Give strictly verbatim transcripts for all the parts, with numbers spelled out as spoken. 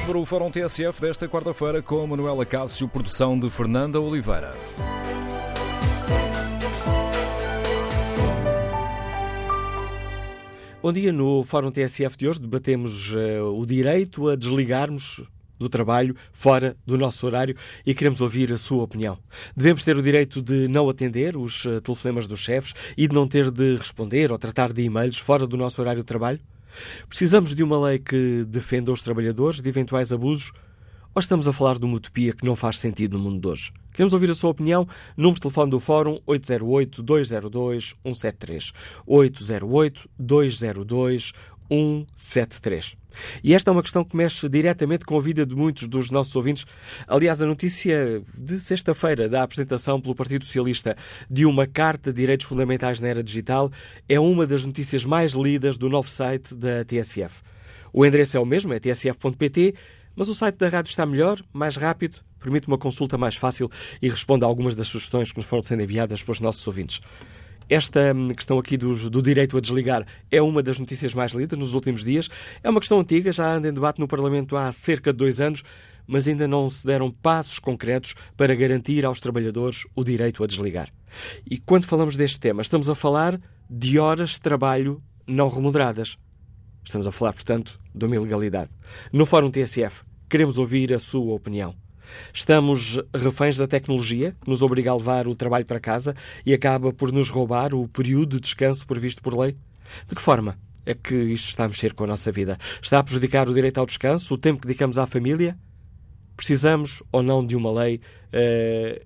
para o Fórum T S F desta quarta-feira com Manuela Cássio, produção de Fernanda Oliveira. Bom dia, no Fórum T S F de hoje debatemos uh, o direito a desligarmos do trabalho fora do nosso horário e queremos ouvir a sua opinião. Devemos ter o direito de não atender os uh, telefonemas dos chefes e de não ter de responder ou tratar de e-mails fora do nosso horário de trabalho? Precisamos de uma lei que defenda os trabalhadores de eventuais abusos? Ou estamos a falar de uma utopia que não faz sentido no mundo de hoje? Queremos ouvir a sua opinião. Número de telefone do Fórum oito zero oito, dois zero dois, um sete três. oito zero oito, dois zero dois, um sete três. E esta é uma questão que mexe diretamente com a vida de muitos dos nossos ouvintes. Aliás, a notícia de sexta-feira da apresentação pelo Partido Socialista de uma Carta de Direitos Fundamentais na Era Digital é uma das notícias mais lidas do novo site da T S F. O endereço é o mesmo, é t s f ponto p t, mas o site da rádio está melhor, mais rápido, permite uma consulta mais fácil e responde a algumas das sugestões que nos foram sendo enviadas pelos nossos ouvintes. Esta questão aqui do, do direito a desligar é uma das notícias mais lidas nos últimos dias. É uma questão antiga, já anda em debate no Parlamento há cerca de dois anos, mas ainda não se deram passos concretos para garantir aos trabalhadores o direito a desligar. E quando falamos deste tema, estamos a falar de horas de trabalho não remuneradas. Estamos a falar, portanto, de uma ilegalidade. No Fórum T S F, queremos ouvir a sua opinião. Estamos reféns da tecnologia, que nos obriga a levar o trabalho para casa e acaba por nos roubar o período de descanso previsto por lei? De que forma é que isto está a mexer com a nossa vida? Está a prejudicar o direito ao descanso, o tempo que dedicamos à família? Precisamos ou não de uma lei uh,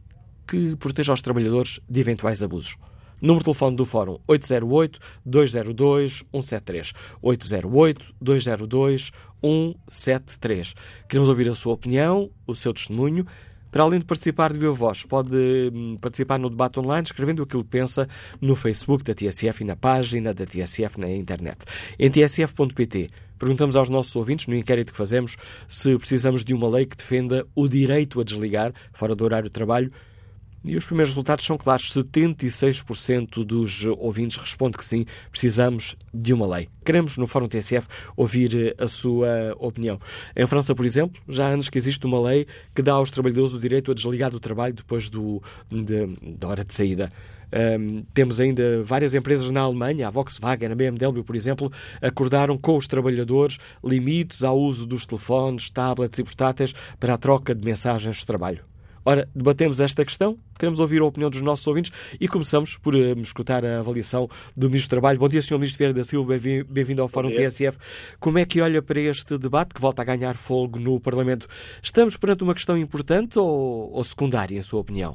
que proteja os trabalhadores de eventuais abusos? Número de telefone do Fórum oito zero oito, dois zero dois, um sete três. oito zero oito, dois zero dois, um sete três. Queremos ouvir a sua opinião, o seu testemunho. Para além de participar de viva voz, pode participar no debate online escrevendo aquilo que pensa no Facebook da T S F e na página da T S F na internet. Em t s f ponto p t perguntamos aos nossos ouvintes, no inquérito que fazemos, se precisamos de uma lei que defenda o direito a desligar fora do horário de trabalho. E os primeiros resultados são claros. setenta e seis por cento dos ouvintes responde que sim, precisamos de uma lei. Queremos, no Fórum T S F, ouvir a sua opinião. Em França, por exemplo, já há anos que existe uma lei que dá aos trabalhadores o direito a desligar do trabalho depois do, de, da hora de saída. Um, temos ainda várias empresas na Alemanha, a Volkswagen, a B M W, por exemplo, acordaram com os trabalhadores limites ao uso dos telefones, tablets e portáteis para a troca de mensagens de trabalho. Ora, debatemos esta questão, queremos ouvir a opinião dos nossos ouvintes e começamos por uh, escutar a avaliação do Ministro do Trabalho. Bom dia, senhor Ministro Vieira da Silva, bem-vindo ao Fórum T S F. Como é que olha para este debate que volta a ganhar fogo no Parlamento? Estamos perante uma questão importante ou, ou secundária, em sua opinião?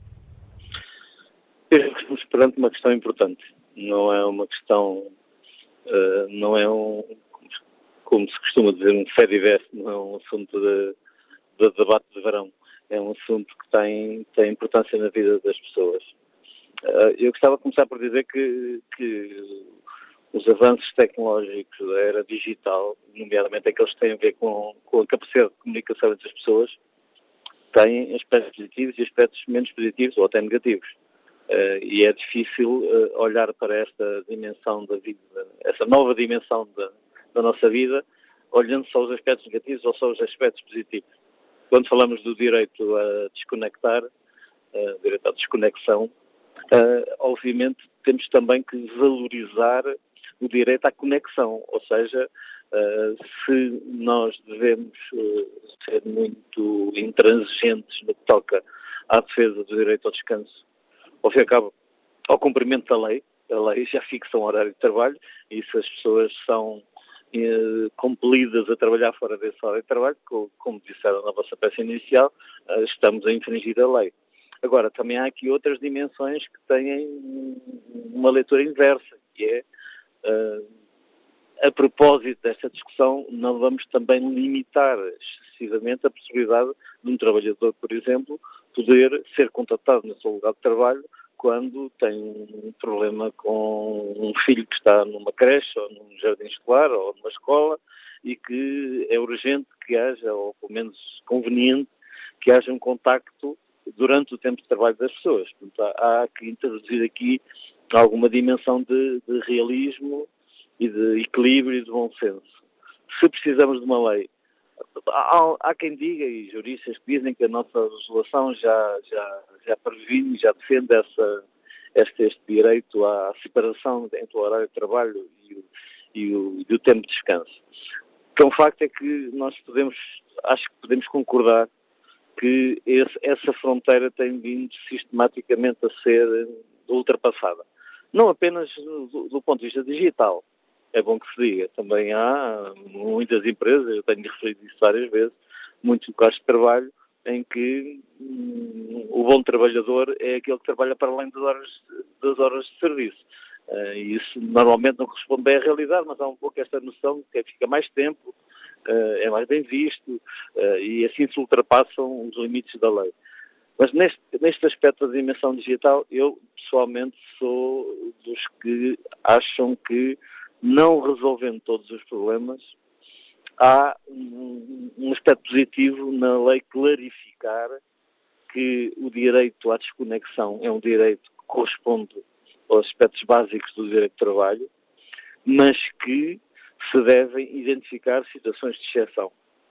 Estamos perante uma questão importante. Não é uma questão, uh, não é um, como se costuma dizer, um fediverso, não é um assunto de, de debate de verão. É um assunto que tem, tem importância na vida das pessoas. Uh, eu gostava de começar por dizer que, que os avanços tecnológicos da era digital, nomeadamente aqueles que têm a ver com, com a capacidade de comunicação entre as pessoas, têm aspectos positivos e aspectos menos positivos ou até negativos. Uh, e é difícil uh, olhar para esta dimensão da vida, essa nova dimensão da, da nossa vida, olhando só os aspectos negativos ou só os aspectos positivos. Quando falamos do direito a desconectar, uh, direito à desconexão, uh, obviamente temos também que valorizar o direito à conexão, ou seja, uh, se nós devemos uh, ser muito intransigentes no que toca à defesa do direito ao descanso, ao fim e ao cabo, ao cumprimento da lei, a lei já fixa um horário de trabalho e se as pessoas são compelidas a trabalhar fora desse horário de trabalho, como disseram na vossa peça inicial, estamos a infringir a lei. Agora, também há aqui outras dimensões que têm uma leitura inversa, que é, a propósito desta discussão, não vamos também limitar excessivamente a possibilidade de um trabalhador, por exemplo, poder ser contratado no seu lugar de trabalho quando tem um problema com um filho que está numa creche ou num jardim escolar ou numa escola e que é urgente que haja, ou pelo menos conveniente, que haja um contacto durante o tempo de trabalho das pessoas. Portanto, há, há que introduzir aqui alguma dimensão de, de realismo e de equilíbrio e de bom senso. Se precisamos de uma lei, há, há quem diga, e juristas que dizem que a nossa legislação já, já, já previne, já defende essa, este, este direito à separação entre o horário de trabalho e o, e o, e o tempo de descanso. O que é um facto é que nós podemos, acho que podemos concordar que esse, essa fronteira tem vindo sistematicamente a ser ultrapassada. Não apenas do, do ponto de vista digital, é bom que se diga. Também há muitas empresas, eu tenho referido isso várias vezes, muitos locais de trabalho em que hum, o bom trabalhador é aquele que trabalha para além das horas, das horas de serviço. Uh, e isso normalmente não corresponde bem à realidade, mas há um pouco esta noção de que fica mais tempo, uh, é mais bem visto, uh, e assim se ultrapassam os limites da lei. Mas neste, neste aspecto da dimensão digital, eu pessoalmente sou dos que acham que, não resolvendo todos os problemas, há um, um aspecto positivo na lei clarificar que o direito à desconexão é um direito que corresponde aos aspectos básicos do direito de trabalho, mas que se devem identificar situações de exceção.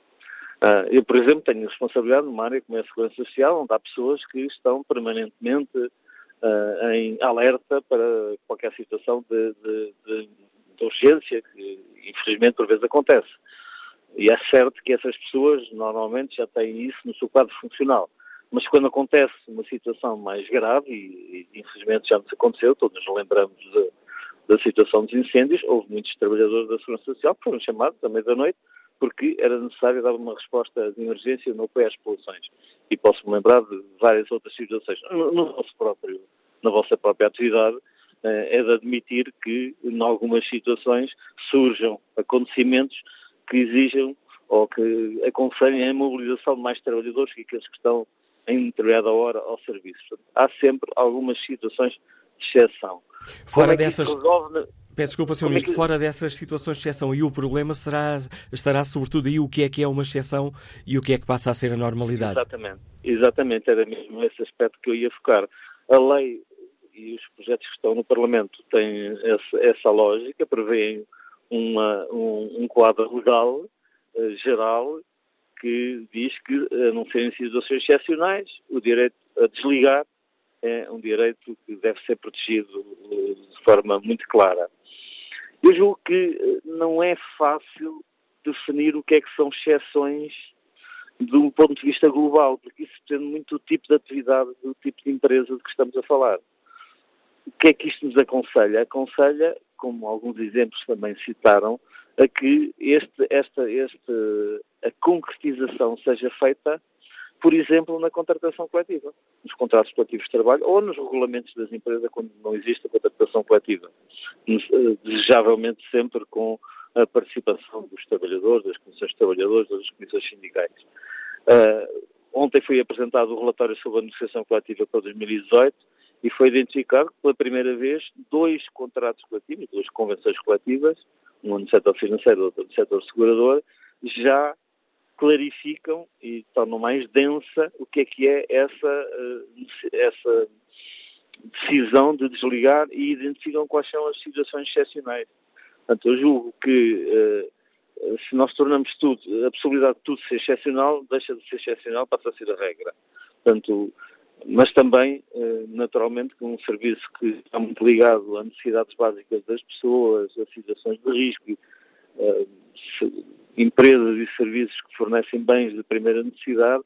Uh, eu, por exemplo, tenho responsabilidade numa área como é a Segurança Social, onde há pessoas que estão permanentemente uh, em alerta para qualquer situação de, de, de, de urgência, que infelizmente por vezes acontece. E é certo que essas pessoas normalmente já têm isso no seu quadro funcional. Mas quando acontece uma situação mais grave, e, e infelizmente já nos aconteceu, todos nos lembramos de, da situação dos incêndios, houve muitos trabalhadores da Segurança Social que foram chamados à meia-da-noite porque era necessário dar uma resposta de emergência no apoio às populações. E posso-me lembrar de várias outras situações. No, no vosso próprio, na vossa própria atividade, é de admitir que, em algumas situações, surjam acontecimentos que exijam ou que aconselhem a mobilização de mais trabalhadores que aqueles que estão em determinada hora ao serviço. Portanto, há sempre algumas situações de exceção. Fora é dessas... Resolve... Peço desculpa, senhor Ministro, é que... fora dessas situações de exceção, e o problema será, estará sobretudo aí o que é que é uma exceção e o que é que passa a ser a normalidade. Exatamente, exatamente, era mesmo esse aspecto que eu ia focar. A lei e os projetos que estão no Parlamento têm essa, essa lógica, prevêem uma, um, um quadro legal uh, geral que diz que, a não serem situações excepcionais, o direito a desligar é um direito que deve ser protegido uh, de forma muito clara. Eu julgo que não é fácil definir o que é que são exceções de um ponto de vista global, porque isso depende muito do tipo de atividade, do tipo de empresa de que estamos a falar. O que é que isto nos aconselha? Aconselha, como alguns exemplos também citaram, a que este, esta, este, a concretização seja feita, por exemplo, na contratação coletiva, nos contratos coletivos de trabalho ou nos regulamentos das empresas quando não existe a contratação coletiva. Desejavelmente sempre com a participação dos trabalhadores, das comissões de trabalhadores, das comissões sindicais. Uh, ontem foi apresentado o relatório sobre a negociação coletiva para dois mil e dezoito e foi identificado que pela primeira vez dois contratos coletivos, duas convenções coletivas, uma no setor financeiro e outra no setor segurador, já clarificam e tornam mais densa o que é que é essa, essa decisão de desligar e identificam quais são as situações excepcionais. Portanto, eu julgo que se nós tornamos tudo, a possibilidade de tudo ser excepcional, deixa de ser excepcional, passa a ser a regra. Portanto, mas também, naturalmente, com um serviço que está muito ligado a necessidades básicas das pessoas, a situações de risco, empresas e serviços que fornecem bens de primeira necessidade,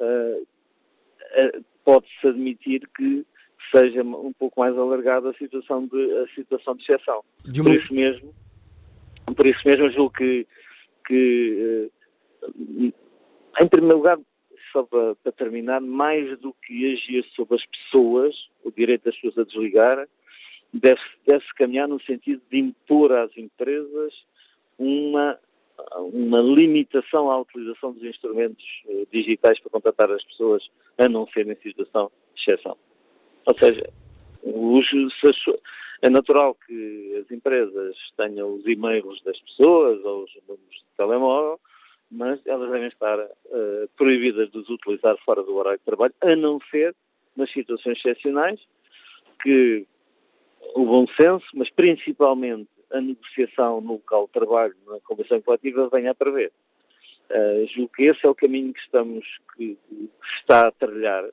pode-se admitir que seja um pouco mais alargada a situação de, a situação de exceção. De uma... Por isso mesmo, por isso mesmo, eu julgo que, que em primeiro lugar, só para, para terminar, mais do que agir sobre as pessoas, o direito das pessoas a desligar, deve-se deve caminhar no sentido de impor às empresas uma, uma limitação à utilização dos instrumentos uh, digitais para contratar as pessoas a não serem em situação de exceção. Ou seja, os, é natural que as empresas tenham os e-mails das pessoas ou os números de telemóvel, mas elas devem estar uh, proibidas de os utilizar fora do horário de trabalho, a não ser nas situações excepcionais, que o bom senso, mas principalmente a negociação no local de trabalho, na convenção coletiva, venha a prever. Uh, julgo que esse é o caminho que estamos, que, que está a trilhar.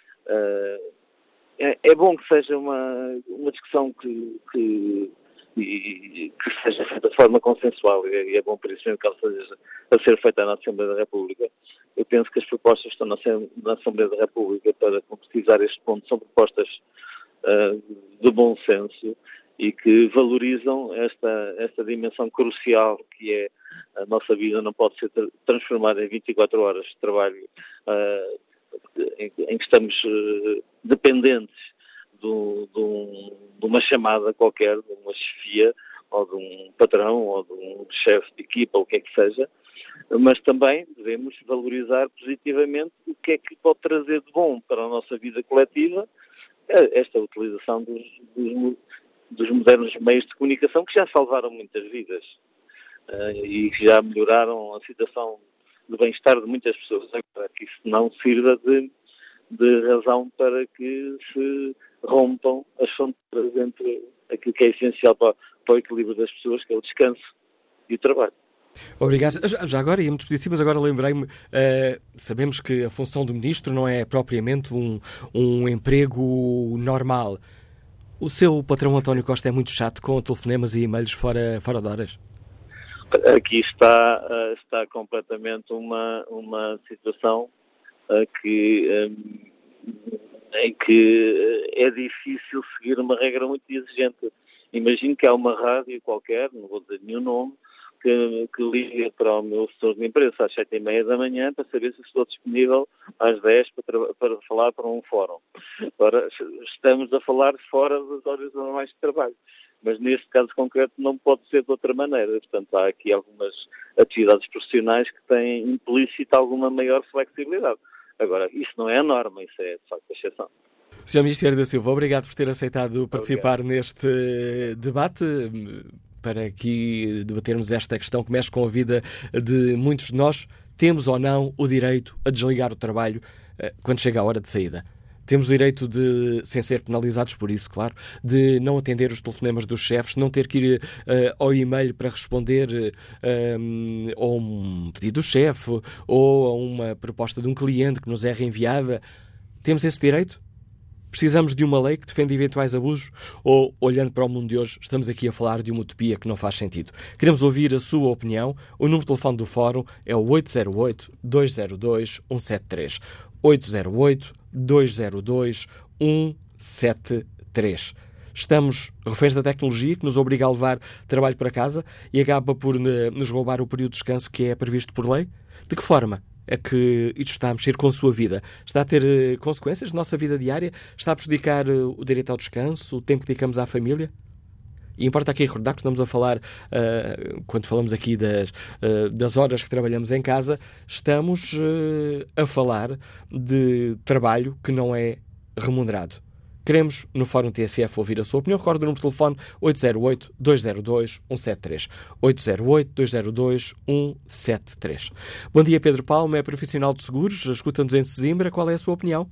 Uh, é, é bom que seja uma, uma discussão que, que, que seja feita de forma consensual, e é, e é bom por isso mesmo que ela seja a ser feita na Assembleia da República. Eu penso que as propostas que estão na, na Assembleia da República para concretizar este ponto são propostas uh, de bom senso e que valorizam esta, esta dimensão crucial que é a nossa vida não pode ser transformada em vinte e quatro horas de trabalho uh, em, em que estamos uh, dependentes do, do, de uma chamada qualquer, de uma chefia, ou de um patrão, ou de um chefe de equipa, ou o que é que seja, mas também devemos valorizar positivamente o que é que pode trazer de bom para a nossa vida coletiva esta utilização dos, dos, dos modernos meios de comunicação que já salvaram muitas vidas uh, e que já melhoraram a situação de bem-estar de muitas pessoas. Agora, que isso não sirva de, de razão para que se rompam as fronteiras entre aquilo que é essencial para, para o equilíbrio das pessoas, que é o descanso e o trabalho. Obrigado. Já agora íamos pedir, mas agora lembrei-me, uh, sabemos que a função do Ministro não é propriamente um, um emprego normal. O seu patrão António Costa é muito chato com telefonemas e e-mails fora, fora de horas? Aqui está, uh, está completamente uma, uma situação uh, que, um, em que é difícil seguir uma regra muito exigente. Imagino que há uma rádio qualquer, não vou dizer nenhum nome, que, que liga para o meu setor de imprensa às sete e meia da manhã para saber se estou disponível às dez para, para falar para um fórum. Ora, estamos a falar fora das horas normais de trabalho, mas neste caso concreto não pode ser de outra maneira. Portanto, há aqui algumas atividades profissionais que têm implícita alguma maior flexibilidade. Agora, isso não é a norma, isso é de facto a exceção. senhor Ministro da Silva, obrigado por ter aceitado participar Obrigado. neste debate, para aqui debatermos esta questão que mexe com a vida de muitos de nós. Temos ou não o direito a desligar o trabalho quando chega a hora de saída? Temos o direito de, sem ser penalizados por isso, claro, de não atender os telefonemas dos chefes, não ter que ir uh, ao e-mail para responder uh, a um pedido do chefe ou a uma proposta de um cliente que nos é reenviada. Temos esse direito? Precisamos de uma lei que defenda eventuais abusos? Ou, olhando para o mundo de hoje, estamos aqui a falar de uma utopia que não faz sentido? Queremos ouvir a sua opinião. O número de telefone do Fórum é o oito zero oito, dois zero dois, um sete três. oito zero oito, dois zero dois, um sete três. Estamos reféns da tecnologia que nos obriga a levar trabalho para casa e acaba por nos roubar o período de descanso que é previsto por lei? De que forma é que isto está a mexer com a sua vida? Está a ter uh, consequências na nossa vida diária? Está a prejudicar uh, o direito ao descanso, o tempo que dedicamos à família? E importa aqui recordar que estamos a falar, uh, quando falamos aqui das, uh, das horas que trabalhamos em casa, estamos uh, a falar de trabalho que não é remunerado. Queremos, no Fórum T S F, ouvir a sua opinião. Recordo o número de telefone oito zero oito, dois zero dois, um sete três. oito zero oito, dois zero dois, um sete três. Bom dia, Pedro Palma, é profissional de seguros, escuta-nos em Sesimbra. Qual é a sua opinião?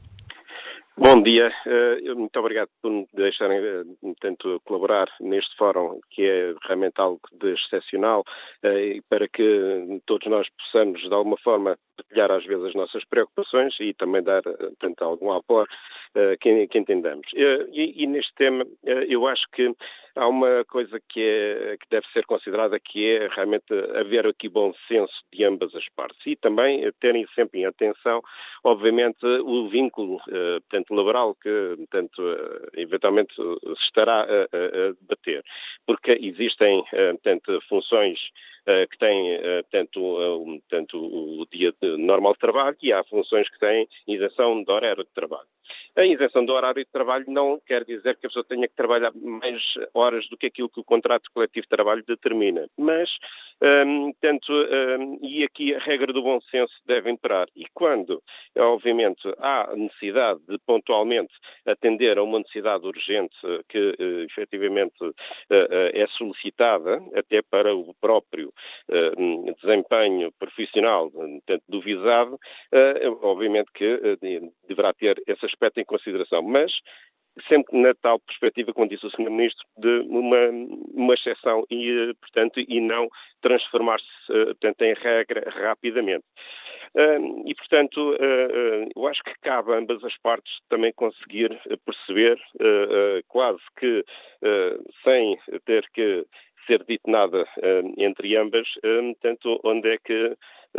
Bom dia, muito obrigado por me deixarem tanto colaborar neste fórum, que é realmente algo de excepcional, e para que todos nós possamos, de alguma forma, partilhar às vezes as nossas preocupações e também dar, portanto, algum apoio que, que entendamos. E, e neste tema, eu acho que há uma coisa que, é, que deve ser considerada, que é realmente haver aqui bom senso de ambas as partes e também terem sempre em atenção, obviamente, o vínculo, portanto, laboral que, portanto, eventualmente se estará a, a debater, porque existem, portanto, funções que têm, portanto, portanto, o dia normal de trabalho e há funções que têm isenção de horário de trabalho. A isenção do horário de trabalho não quer dizer que a pessoa tenha que trabalhar mais horas do que aquilo que o contrato coletivo de trabalho determina, mas, um, tanto, um, e aqui a regra do bom senso deve imperar. E quando, obviamente, há necessidade de pontualmente atender a uma necessidade urgente que, uh, efetivamente, uh, uh, é solicitada, até para o próprio uh, desempenho profissional, tanto do visado, uh, obviamente que uh, deverá ter esse aspecto em consideração, mas sempre na tal perspectiva, como disse o senhor Ministro, de uma, uma exceção e, portanto, e não transformar-se, portanto, em regra rapidamente. E, portanto, eu acho que cabe a ambas as partes também conseguir perceber, quase que sem ter que ser dito nada entre ambas, tanto onde é que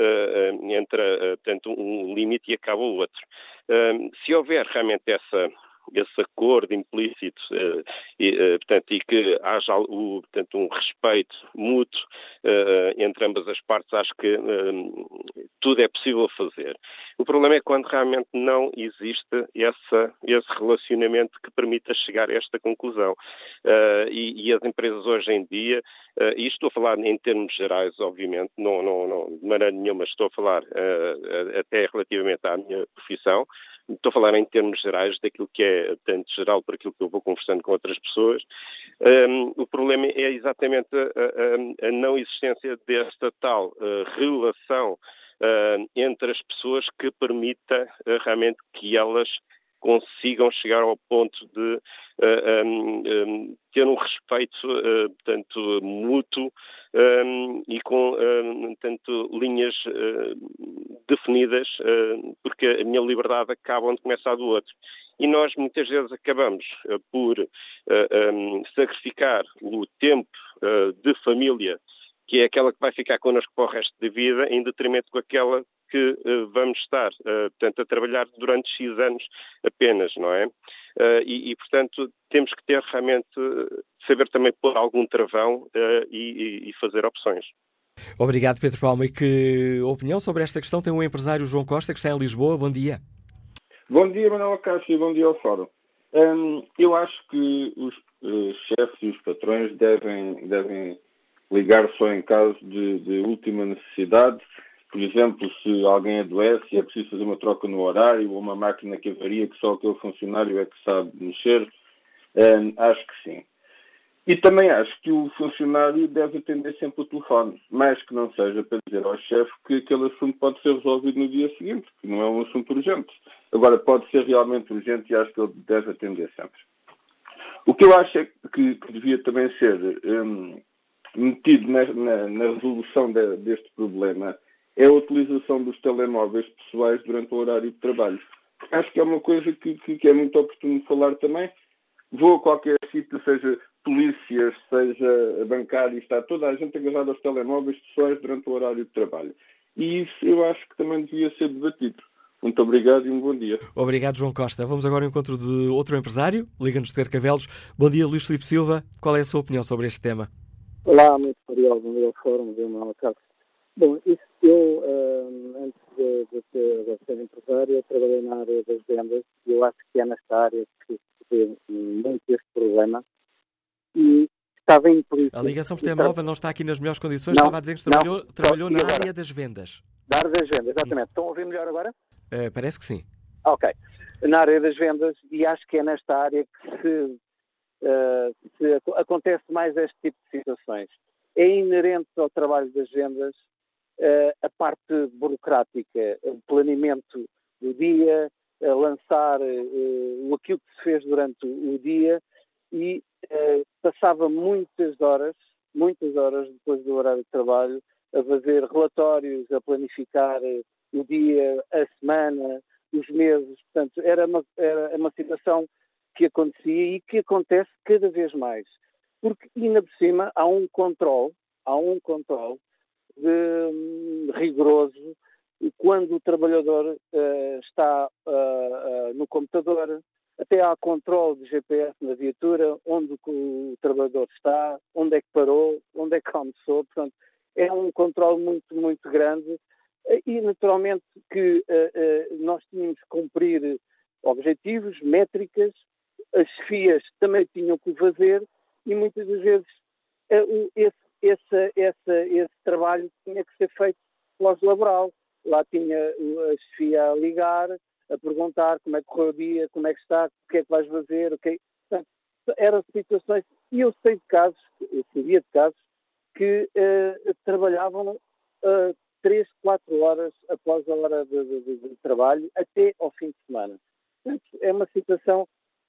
entra tanto um limite e acaba o outro. Se houver realmente essa esse acordo implícito uh, e, uh, portanto, e que haja o, portanto, um respeito mútuo uh, entre ambas as partes, acho que uh, tudo é possível fazer. O problema é quando realmente não existe essa, esse relacionamento que permita chegar a esta conclusão. Uh, e, e as empresas hoje em dia, uh, e estou a falar em termos gerais, obviamente, não, não, não, de maneira nenhuma estou a falar uh, até relativamente à minha profissão, estou a falar em termos gerais daquilo que é tanto geral para aquilo que eu vou conversando com outras pessoas. Um, o problema é exatamente a, a, a não existência desta tal uh, relação uh, entre as pessoas que permita uh, realmente que elas consigam chegar ao ponto de uh, um, um, ter um respeito, uh, portanto, mútuo um, e com, um, tanto, linhas uh, definidas, uh, porque a minha liberdade acaba onde começa a do outro. E nós, muitas vezes, acabamos uh, por uh, um, sacrificar o tempo uh, de família, que é aquela que vai ficar connosco para o resto da vida, em detrimento com aquela que uh, vamos estar, uh, portanto, a trabalhar durante X anos apenas, não é? Uh, e, e, portanto, temos que ter realmente, uh, saber também pôr algum travão uh, e, e fazer opções. Obrigado, Pedro Palma. E que opinião sobre esta questão tem o empresário João Costa, que está em Lisboa. Bom dia. Bom dia, Manuel Cássio, e bom dia ao Fórum. Um, eu acho que os uh, chefes e os patrões devem, devem ligar só em caso de, de última necessidade. Por exemplo, se alguém adoece e é preciso fazer uma troca no horário ou uma máquina que avaria que só aquele funcionário é que sabe mexer, um, acho que sim. E também acho que o funcionário deve atender sempre o telefone, mais que não seja para dizer ao chefe que aquele assunto pode ser resolvido no dia seguinte, que não é um assunto urgente. Agora, pode ser realmente urgente e acho que ele deve atender sempre. O que eu acho é que, que devia também ser um, metido na, na, na resolução de, deste problema é a utilização dos telemóveis pessoais durante o horário de trabalho. Acho que é uma coisa que, que, que é muito oportuno falar também. Vou a qualquer sítio, seja polícias, seja bancário, está toda a gente agarrada aos telemóveis pessoais durante o horário de trabalho. E isso eu acho que também devia ser debatido. Muito obrigado e um bom dia. Obrigado, João Costa. Vamos agora ao encontro de outro empresário, Liga-nos de Carcavelos. Bom dia, Luís Filipe Silva. Qual é a sua opinião sobre este tema? Olá, muito obrigado. Bom dia ao Fórum, bom dia ao meu caso. Bom, isso eu, uh, antes de, de, de, de ser empresário, eu trabalhei na área das vendas e eu acho que é nesta área que se vê muito este problema. E estava implícito. A ligação por telemóvel não está aqui nas melhores condições. Não, Estava a dizer que trabalhou, não, trabalhou na agora? área das vendas. Da área das vendas, exatamente. Estão a ouvir melhor agora? Uh, parece que sim. Ok. Na área das vendas, e acho que é nesta área que se, uh, se acontece mais este tipo de situações. É inerente ao trabalho das vendas uh, a parte burocrática, o planeamento do dia, uh, lançar uh, aquilo que se fez durante o, o dia e uh, passava muitas horas, muitas horas depois do horário de trabalho, a fazer relatórios, a planificar uh, o dia, a semana, os meses. Portanto, era uma, era uma situação que acontecia e que acontece cada vez mais. Porque, ainda por cima, há um controle, há um controle de, um, rigoroso quando o trabalhador uh, está uh, uh, no computador. Até há controle de G P S na viatura, onde o trabalhador está, onde é que parou, onde é que almoçou. Portanto, é um controle muito, muito grande. E, naturalmente, que uh, uh, nós tínhamos que cumprir objetivos, métricas, as chefias também tinham que o fazer e muitas das vezes uh, esse, esse, esse, esse trabalho tinha que ser feito pós-laboral. Lá tinha a chefia a ligar, a perguntar como é que correu o dia, como é que está, o que é que vais fazer, o que Portanto, eram situações, e eu sei de casos, eu sabia de casos, que uh, trabalhavam uh, três, quatro horas após a hora de, de, de trabalho, até ao fim de semana. Portanto, é uma situação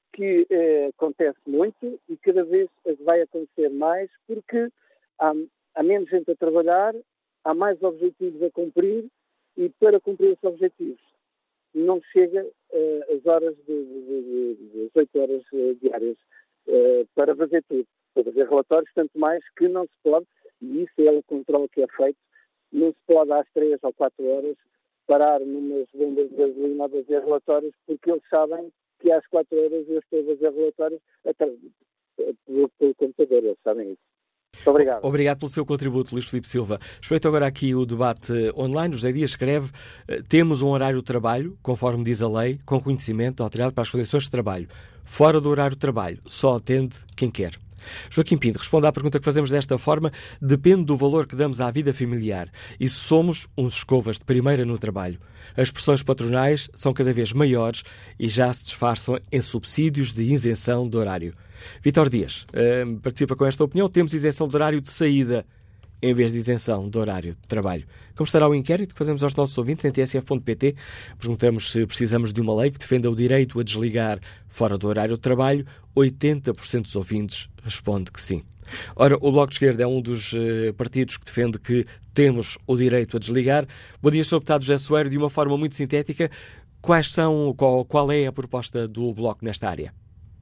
que eh, acontece muito e cada vez vai acontecer mais porque há, há menos gente a trabalhar, há mais objetivos a cumprir e para cumprir esses objetivos não chega eh, as horas de, de, de, de, de oito horas eh, diárias eh, para fazer tudo, para fazer relatórios, tanto mais que não se pode, e isso é o controle que é feito, não se pode às três ou quatro horas parar numas bombas de gasolina a fazer relatórios, porque eles sabem que às quatro horas eu estou a fazer relatórios até, pelo, pelo computador, eles sabem isso. Muito obrigado. Obrigado pelo seu contributo, Luís Filipe Silva. Respeito agora aqui o debate online. O José Dias escreve: temos um horário de trabalho, conforme diz a lei, com conhecimento da autoridade para as condições de trabalho. Fora do horário de trabalho, só atende quem quer. Joaquim Pinto responde à pergunta que fazemos desta forma: depende do valor que damos à vida familiar e se somos uns escovas de primeira no trabalho. As pressões patronais são cada vez maiores e já se disfarçam em subsídios de isenção de horário. Vítor Dias uh, participa com esta opinião. Temos isenção de horário de saída em vez de isenção de horário de trabalho. Como estará o inquérito que fazemos aos nossos ouvintes em t s f ponto p t? Perguntamos se precisamos de uma lei que defenda o direito a desligar fora do horário de trabalho. oitenta por cento dos ouvintes responde que sim. Ora, o Bloco de Esquerda é um dos uh, partidos que defende que temos o direito a desligar. Bom dia, senhor Deputado José Soeiro. De uma forma muito sintética, quais são, qual, qual é a proposta do Bloco nesta área?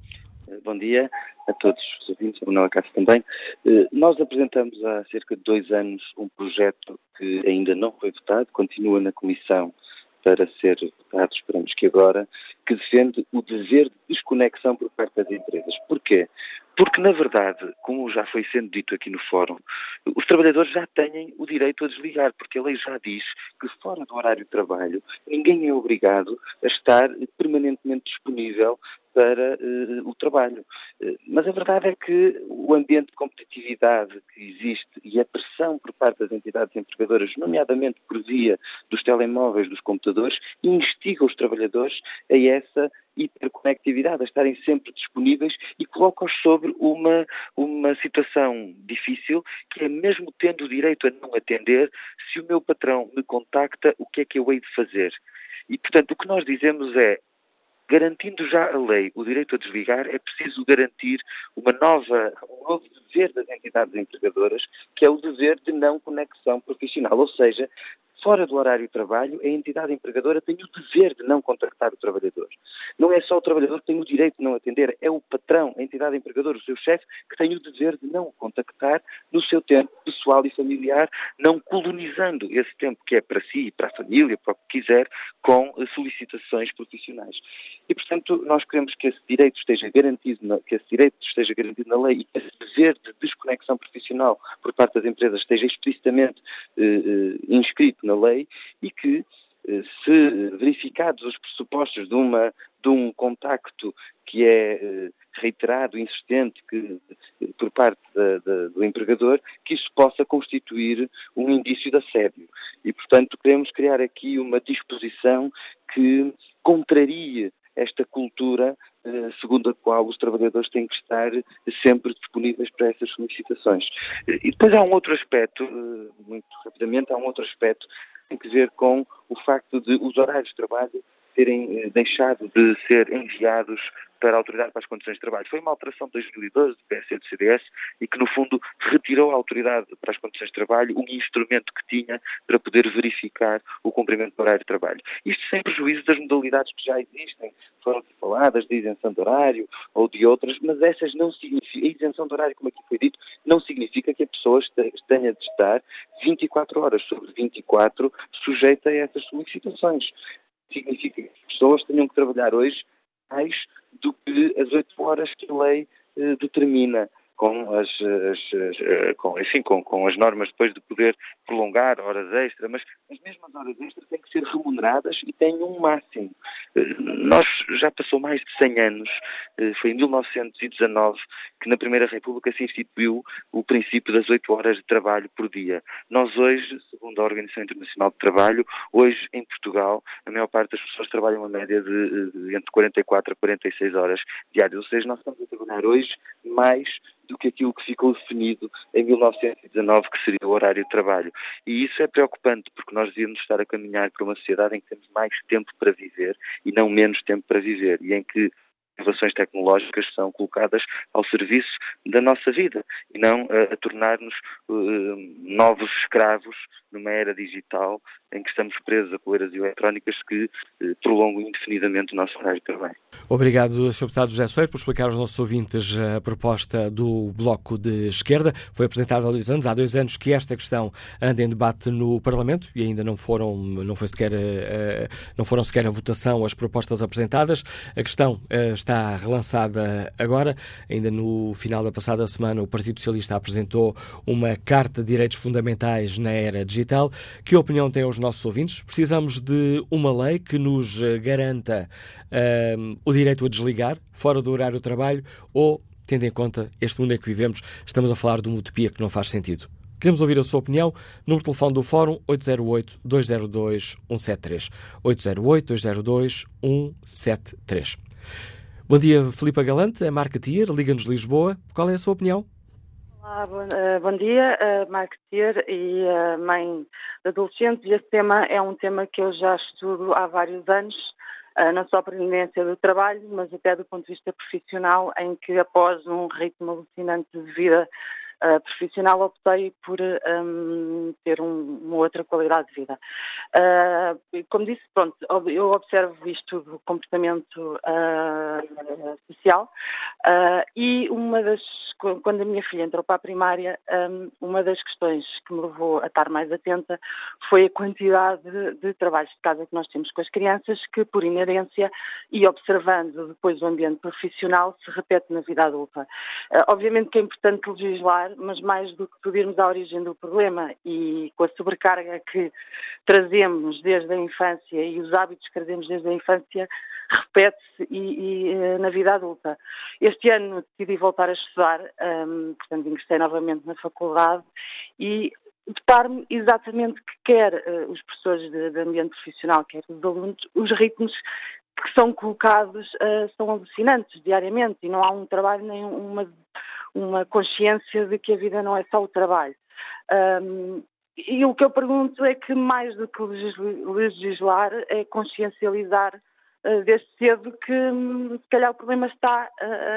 Bom dia a todos os ouvintes, a Manuela Cássio também. Nós apresentamos há cerca de dois anos um projeto que ainda não foi votado, continua na Comissão para ser votado, esperamos que agora, que defende o dever de desconexão por parte das empresas. Porquê? Porque, na verdade, como já foi sendo dito aqui no fórum, os trabalhadores já têm o direito a desligar, porque a lei já diz que fora do horário de trabalho ninguém é obrigado a estar permanentemente disponível para uh, o trabalho. Uh, mas a verdade é que o ambiente de competitividade que existe e a pressão por parte das entidades empregadoras, nomeadamente por via dos telemóveis, dos computadores, instiga os trabalhadores a essa hiperconectividade, a estarem sempre disponíveis e coloca-os sobre uma, uma situação difícil, que é mesmo tendo o direito a não atender, se o meu patrão me contacta, o que é que eu hei de fazer? E, portanto, o que nós dizemos é, garantindo já a lei o direito a desligar, é preciso garantir uma nova, um novo dever das entidades empregadoras, que é o dever de não conexão profissional. Ou seja, fora do horário de trabalho, a entidade empregadora tem o dever de não contactar o trabalhador. Não é só o trabalhador que tem o direito de não atender, é o patrão, a entidade empregadora, o seu chefe, que tem o dever de não o contactar no seu tempo pessoal e familiar, não colonizando esse tempo que é para si, para a família, para o que quiser, com solicitações profissionais. E, portanto, nós queremos que esse direito esteja garantido, na, que esse direito esteja garantido na lei e que esse dever de desconexão profissional por parte das empresas esteja explicitamente eh, eh, inscrito na lei e que, se verificados os pressupostos de, uma, de um contacto que é reiterado, insistente, que, por parte da, da, do empregador, que isso possa constituir um indício de assédio. E, portanto, queremos criar aqui uma disposição que contrarie esta cultura segundo a qual os trabalhadores têm que estar sempre disponíveis para essas solicitações. E depois há um outro aspecto, muito rapidamente, há um outro aspecto que tem que ver com o facto de os horários de trabalho terem deixado de ser enviados para a Autoridade para as Condições de Trabalho. Foi uma alteração de dois mil e doze do P S e do C D S e que, no fundo, retirou à Autoridade para as Condições de Trabalho um instrumento que tinha para poder verificar o cumprimento do horário de trabalho. Isto sem prejuízo das modalidades que já existem, foram faladas de isenção de horário ou de outras, mas essas não significam, a isenção de horário, como aqui foi dito, não significa que a pessoa tenha de estar vinte e quatro horas sobre vinte e quatro sujeita a essas solicitações. Significa que as pessoas tenham que trabalhar hoje mais do que as oito horas que a lei eh, determina, com as, as, as, com, enfim, com, com as normas depois de poder prolongar horas extras, mas as mesmas horas extras têm que ser remuneradas e têm um máximo. Nós já passou mais de cem anos, foi em mil novecentos e dezanove que na Primeira República se instituiu o princípio das oito horas de trabalho por dia. Nós hoje, segundo a Organização Internacional de Trabalho, hoje em Portugal, a maior parte das pessoas trabalham uma média de, de entre quarenta e quatro a quarenta e seis horas diárias, ou seja, nós estamos a trabalhar hoje mais do que aquilo que ficou definido em mil novecentos e dezanove, que seria o horário de trabalho. E isso é preocupante, porque nós devíamos estar a caminhar para uma sociedade em que temos mais tempo para viver e não menos tempo para viver, e em que inovações tecnológicas são colocadas ao serviço da nossa vida e não uh, a tornar-nos uh, novos escravos numa era digital em que estamos presos a coleiras eletrónicas que uh, prolongam indefinidamente o nosso horário de trabalho. Obrigado, senhor Deputado José Soeiro, por explicar aos nossos ouvintes a proposta do Bloco de Esquerda. Foi apresentada há dois anos. Há dois anos que esta questão anda em debate no Parlamento e ainda não foram, não foi sequer, não foram sequer a votação as propostas apresentadas. A questão está relançada agora. Ainda no final da passada semana, o Partido Socialista apresentou uma Carta de Direitos Fundamentais na Era Digital. Que opinião têm os nossos ouvintes? Precisamos de uma lei que nos garanta um, o direito a desligar, fora do horário de trabalho, ou, tendo em conta este mundo em que vivemos, estamos a falar de uma utopia que não faz sentido. Queremos ouvir a sua opinião. Número de telefone do Fórum oito zero oito, dois zero dois, um sete três. oito zero oito, dois zero dois, um sete três. Bom dia, Filipa Galante, é marketeer, Liga-nos Lisboa. Qual é a sua opinião? Olá, bom, uh, bom dia, uh, marketeer e uh, mãe de adolescentes. E este tema é um tema que eu já estudo há vários anos, uh, não só para a iminência do trabalho, mas até do ponto de vista profissional, em que após um ritmo alucinante de vida Uh, profissional, optei por um, ter um, uma outra qualidade de vida. Uh, como disse, pronto, eu observo isto do comportamento uh, social uh, e uma das, quando a minha filha entrou para a primária, um, uma das questões que me levou a estar mais atenta foi a quantidade de, de trabalhos de casa que nós temos com as crianças, que por inerência e observando depois o ambiente profissional se repete na vida adulta. Uh, obviamente que é importante legislar, mas mais do que tudo irmos à origem do problema e com a sobrecarga que trazemos desde a infância e os hábitos que trazemos desde a infância, repete-se e, e, na vida adulta. Este ano decidi voltar a estudar, um, portanto ingressei novamente na faculdade e deparo-me exatamente que quer uh, os professores de, de ambiente profissional, quer os alunos, os ritmos que são colocados uh, são alucinantes diariamente e não há um trabalho nem uma, uma consciência de que a vida não é só o trabalho. Um, e o que eu pergunto é que mais do que legislar é consciencializar uh, desde cedo que um, se calhar o problema está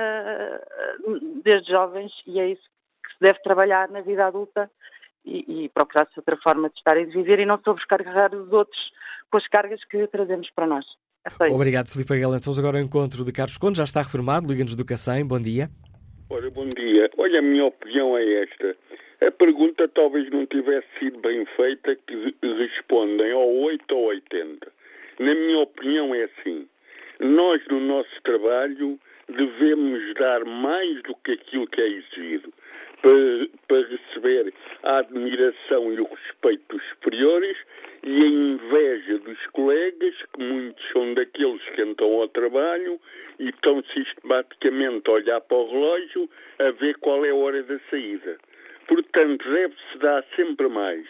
uh, uh, desde jovens e é isso que se deve trabalhar na vida adulta e, e procurar-se outra forma de estar e de viver e não sobrecarregar os outros com as cargas que trazemos para nós. Obrigado, Filipe Galante. Vamos agora ao encontro de Carlos Conde, já está reformado, Liga-nos do Cacém. Bom dia. Ora, bom dia. Olha, a minha opinião é esta. A pergunta talvez não tivesse sido bem feita, que respondem ao oito ou oitenta. Na minha opinião é assim. Nós, no nosso trabalho, devemos dar mais do que aquilo que é exigido para, para receber a admiração e o respeito dos superiores e a inveja dos colegas, que muitos são daqueles que entram ao trabalho e estão sistematicamente a olhar para o relógio a ver qual é a hora da saída. Portanto, deve-se dar sempre mais.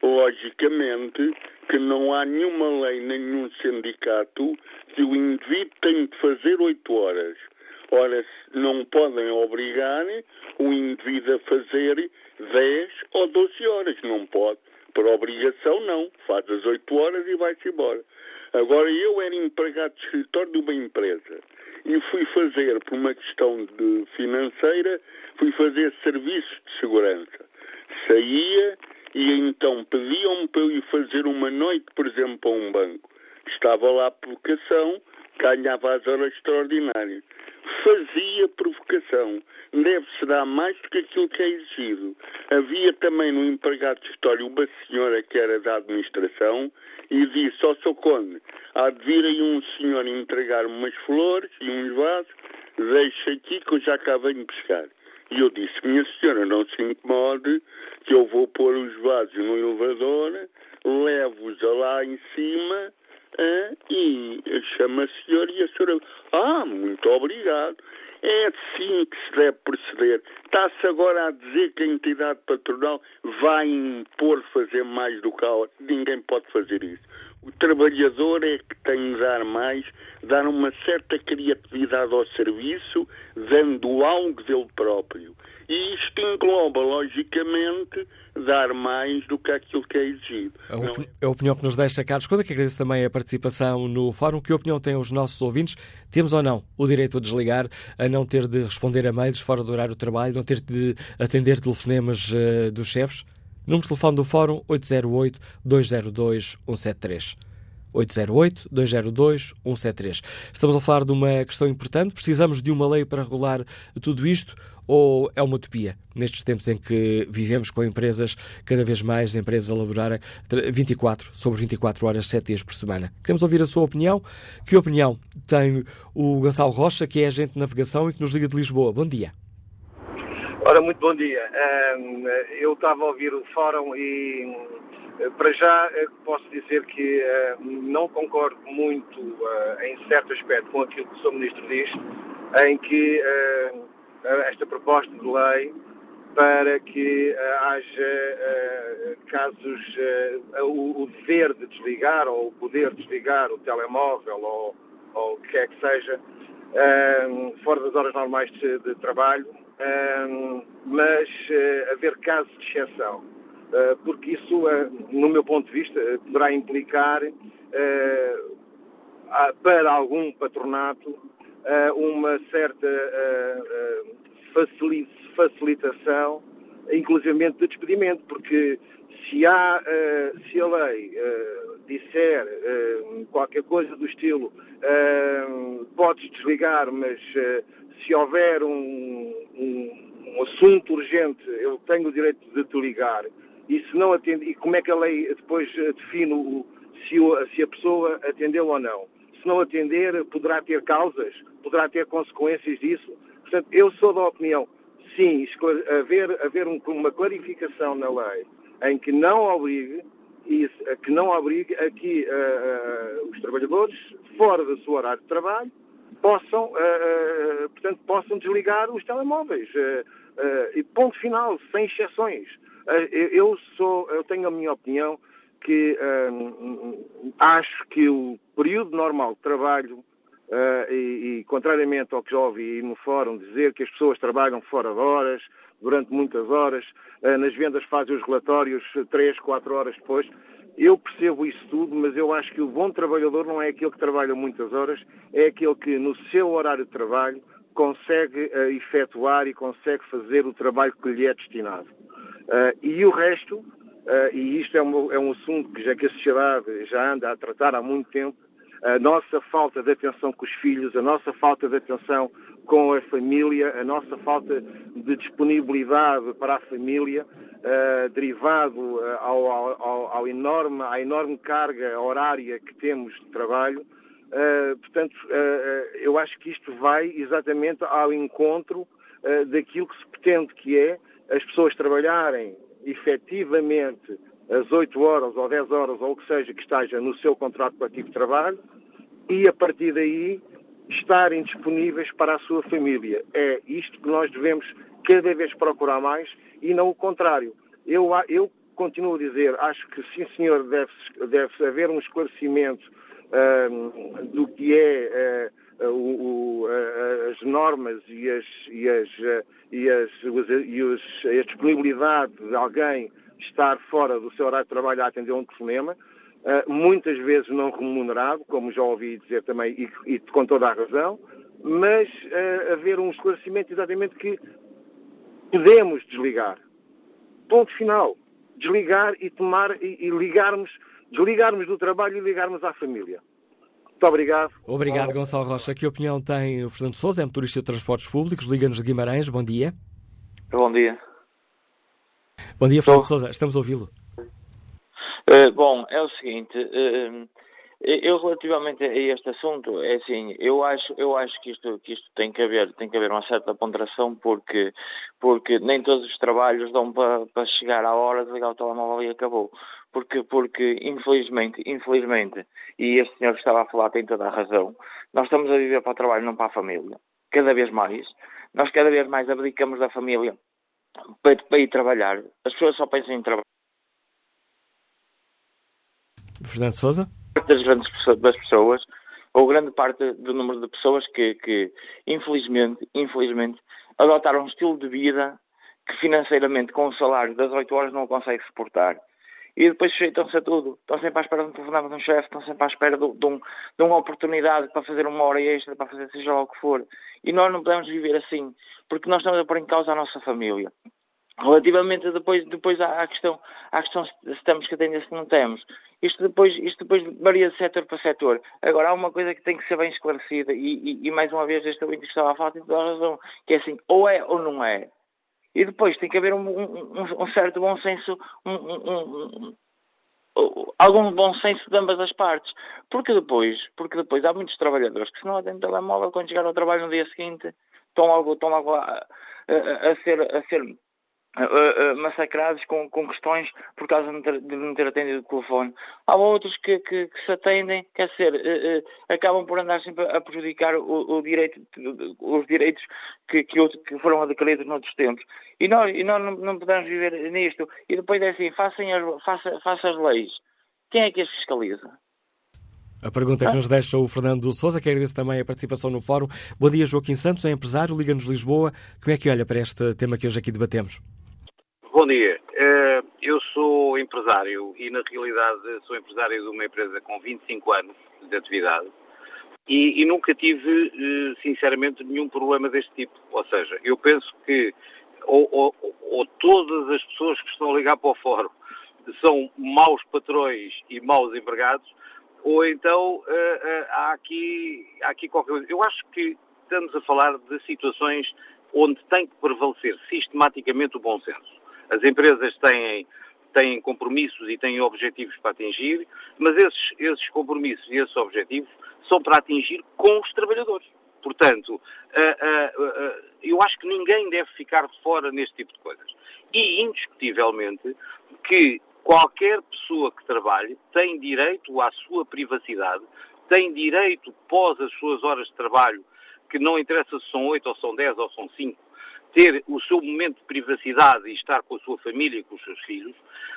Logicamente que não há nenhuma lei, nem nenhum sindicato que o indivíduo tem de fazer oito horas. Ora, não podem obrigar o indivíduo a fazer dez ou doze horas. Não pode. Por obrigação, não. Faz as oito horas e vai-se embora. Agora, eu era empregado de escritório de uma empresa e fui fazer, por uma questão de financeira, fui fazer serviços de segurança. Saía e então pediam-me para eu ir fazer uma noite, por exemplo, a um banco. Estava lá por vocação, ganhava as horas extraordinárias. Fazia provocação. Deve-se dar mais do que aquilo que é exigido. Havia também no empregado de escritório uma senhora que era da administração e disse ao seu Conde, há de vir aí um senhor entregar umas flores e uns vasos, deixa aqui que eu já cá venho buscar. E eu disse, minha senhora, não se incomode que eu vou pôr os vasos no elevador, levo-os lá em cima ah, e chama a senhora e a senhora, ah, muito obrigado. É assim que se deve proceder. Está-se agora a dizer que a entidade patronal vai impor fazer mais do que a outra. Ninguém pode fazer isso. O trabalhador é que tem de dar mais, dar uma certa criatividade ao serviço, dando algo dele próprio. E isto engloba, logicamente, dar mais do que aquilo que é exigido. A, opini- a opinião que nos deixa Carlos Conde, que agradeço também a participação no fórum. Que opinião têm os nossos ouvintes? Temos ou não o direito a desligar, a não ter de responder a mails fora do horário de trabalho, não ter de atender telefonemas uh, dos chefes? Número de telefone do fórum oito zero oito, dois zero dois, um sete três. oito zero oito, dois zero dois, um sete três. Estamos a falar de uma questão importante. Precisamos de uma lei para regular tudo isto ou é uma utopia nestes tempos em que vivemos com empresas, cada vez mais empresas a laborarem vinte e quatro sobre vinte e quatro horas, sete dias por semana? Queremos ouvir a sua opinião. Que opinião tem o Gonçalo Rocha, que é agente de navegação e que nos liga de Lisboa? Bom dia. Ora, muito bom dia. Eu estava a ouvir o fórum e, para já, posso dizer que não concordo muito, em certo aspecto, com aquilo que o senhor Ministro diz, em que esta proposta de lei para que haja casos, o dever de desligar ou o poder de desligar o telemóvel ou, ou o que quer que seja, fora das horas normais de, de trabalho, Um, mas uh, haver casos de exceção, uh, porque isso, uh, no meu ponto de vista, uh, poderá implicar uh, a, para algum patronato uh, uma certa uh, uh, facil, facilitação, inclusivamente de despedimento, porque se, há, uh, se a lei uh, disser uh, qualquer coisa do estilo uh, podes desligar, mas uh, se houver um, um, um assunto urgente, eu tenho o direito de te ligar, e se não atende, e como é que a lei depois define o, se, o, se a pessoa atendeu ou não? Se não atender, poderá ter causas, poderá ter consequências disso. Portanto, eu sou da opinião, sim, haver, haver um, uma clarificação na lei em que não obrigue, isso, que não obrigue a que uh, uh, os trabalhadores, fora do seu horário de trabalho, possam, uh, portanto, possam desligar os telemóveis. Uh, uh, e ponto final, sem exceções. Uh, eu, sou, eu tenho a minha opinião que uh, acho que o período normal de trabalho, uh, e, e contrariamente ao que já ouvi no fórum dizer que as pessoas trabalham fora de horas, durante muitas horas, uh, nas vendas fazem os relatórios três, quatro horas depois. Eu percebo isso tudo, mas eu acho que o bom trabalhador não é aquele que trabalha muitas horas, é aquele que no seu horário de trabalho consegue uh, efetuar e consegue fazer o trabalho que lhe é destinado. Uh, e o resto, uh, e isto é um, é um assunto que, já que a sociedade já anda a tratar há muito tempo, a nossa falta de atenção com os filhos, a nossa falta de atenção com a família, a nossa falta de disponibilidade para a família, uh, derivado uh, ao, ao, ao enorme, à enorme carga horária que temos de trabalho. Uh, portanto, uh, eu acho que isto vai exatamente ao encontro uh, daquilo que se pretende, que é as pessoas trabalharem efetivamente as oito horas ou dez horas, ou o que seja que esteja no seu contrato coletivo de trabalho, e a partir daí estarem disponíveis para a sua família. É isto que nós devemos cada vez procurar mais e não o contrário. Eu, eu continuo a dizer, acho que sim senhor, deve, deve haver um esclarecimento um, do que é uh, o, o, uh, as normas e, as, e, as, uh, e, as, e os, a disponibilidade de alguém estar fora do seu horário de trabalho a atender um telefonema, uh, muitas vezes não remunerado, como já ouvi dizer também, e, e com toda a razão, mas uh, haver um esclarecimento exatamente que podemos desligar. Ponto final. Desligar e tomar e, e ligarmos, desligarmos do trabalho e ligarmos à família. Muito obrigado. Obrigado, Gonçalo Rocha. Que opinião tem o Fernando Sousa, é motorista de transportes públicos, liga-nos de Guimarães. Bom dia. Bom dia. Bom dia, Fernando Sousa. Estamos a ouvi-lo. Uh, bom, é o seguinte, uh, eu relativamente a este assunto, é assim, eu acho, eu acho que isto, que isto tem que haver, tem que haver uma certa ponderação, porque, porque nem todos os trabalhos dão para, para chegar à hora de ligar o telemóvel e acabou. Porque, porque infelizmente, infelizmente, e este senhor que estava a falar tem toda a razão, nós estamos a viver para o trabalho, não para a família. Cada vez mais. Nós cada vez mais abdicamos da família para, para ir trabalhar. As pessoas só pensam em trabalhar. Fernando Sousa? das grandes das pessoas, ou grande parte do número de pessoas que, que infelizmente, infelizmente, adotaram um estilo de vida que financeiramente, com o salário das oito horas, não o consegue suportar. E depois sujeitam-se a tudo. Estão sempre à espera de um telefonema de um chefe, estão sempre à espera de, de, um, de uma oportunidade para fazer uma hora extra, para fazer seja lá o que for. E nós não podemos viver assim, porque nós estamos a pôr em causa a nossa família. Relativamente depois, depois à, questão, à questão se temos que atender, se não temos. Isto depois, isto depois varia de setor para setor. Agora, há uma coisa que tem que ser bem esclarecida, e, e, e mais uma vez, este ouvinte que estava a falar tem toda a razão, que é assim, ou é ou não é. E depois tem que haver um, um, um certo bom senso, um, um, um, algum bom senso de ambas as partes. Porque depois, porque depois há muitos trabalhadores que se não atendem ao telemóvel, quando chegar ao trabalho no dia seguinte, estão logo, estão logo a, a, a ser... A ser Uh, uh, massacrados com, com questões por causa de não ter, de não ter atendido o telefone. Há outros que, que, que se atendem, quer dizer, uh, uh, acabam por andar sempre a prejudicar o, o direito, os direitos que, que, que foram adquiridos noutros tempos. E nós, e nós não, não podemos viver nisto. E depois é assim, façam as, faça, faça as leis. Quem é que as fiscaliza? A pergunta que nos deixa o Fernando Sousa, que agradeço também a participação no fórum. Bom dia, Joaquim Santos, é empresário, Liga-nos Lisboa. Como é que olha para este tema que hoje aqui debatemos? Bom dia. Eu sou empresário e, na realidade, sou empresário de uma empresa com vinte e cinco anos de atividade e, e nunca tive, sinceramente, nenhum problema deste tipo. Ou seja, eu penso que ou, ou, ou todas as pessoas que estão a ligar para o fórum são maus patrões e maus empregados, ou então há aqui, há aqui qualquer coisa. Eu acho que estamos a falar de situações onde tem que prevalecer sistematicamente o bom senso. As empresas têm, têm compromissos e têm objetivos para atingir, mas esses, esses compromissos e esses objetivos são para atingir com os trabalhadores. Portanto, uh, uh, uh, eu acho que ninguém deve ficar de fora neste tipo de coisas. E, indiscutivelmente, que qualquer pessoa que trabalhe tem direito à sua privacidade, tem direito, pós as suas horas de trabalho, que não interessa se são oito ou são dez ou são cinco, ter o seu momento de privacidade e estar com a sua família e com os seus filhos,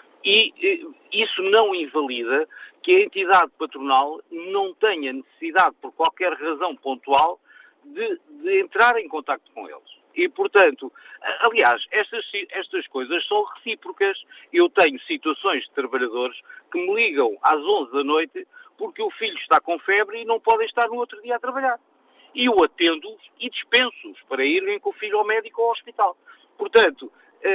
e isso não invalida que a entidade patronal não tenha necessidade, por qualquer razão pontual, de, de entrar em contacto com eles. E, portanto, aliás, estas, estas coisas são recíprocas. Eu tenho situações de trabalhadores que me ligam às onze da noite porque o filho está com febre e não podem estar no outro dia a trabalhar. E eu atendo-os e dispenso-os para irem com o filho ao médico ou ao hospital. Portanto,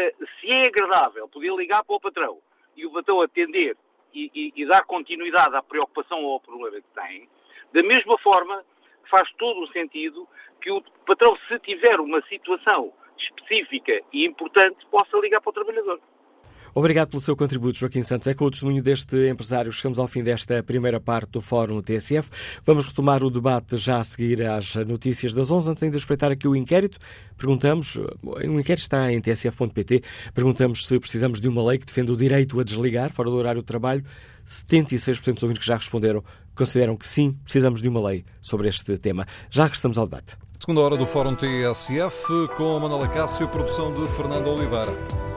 se é agradável poder ligar para o patrão e o patrão atender e, e, e dar continuidade à preocupação ou ao problema que tem, da mesma forma faz todo o sentido que o patrão, se tiver uma situação específica e importante, possa ligar para o trabalhador. Obrigado pelo seu contributo, Joaquim Santos. É com o testemunho deste empresário chegamos ao fim desta primeira parte do Fórum T S F. Vamos retomar o debate já a seguir às notícias das onze. Antes ainda de espreitar aqui o inquérito, perguntamos, o inquérito está em t s f ponto p t, perguntamos se precisamos de uma lei que defenda o direito a desligar fora do horário de trabalho. setenta e seis por cento dos ouvintes que já responderam consideram que sim, precisamos de uma lei sobre este tema. Já regressamos ao debate. Segunda hora do Fórum T S F com a Manuela Cássio, produção de Fernando Oliveira.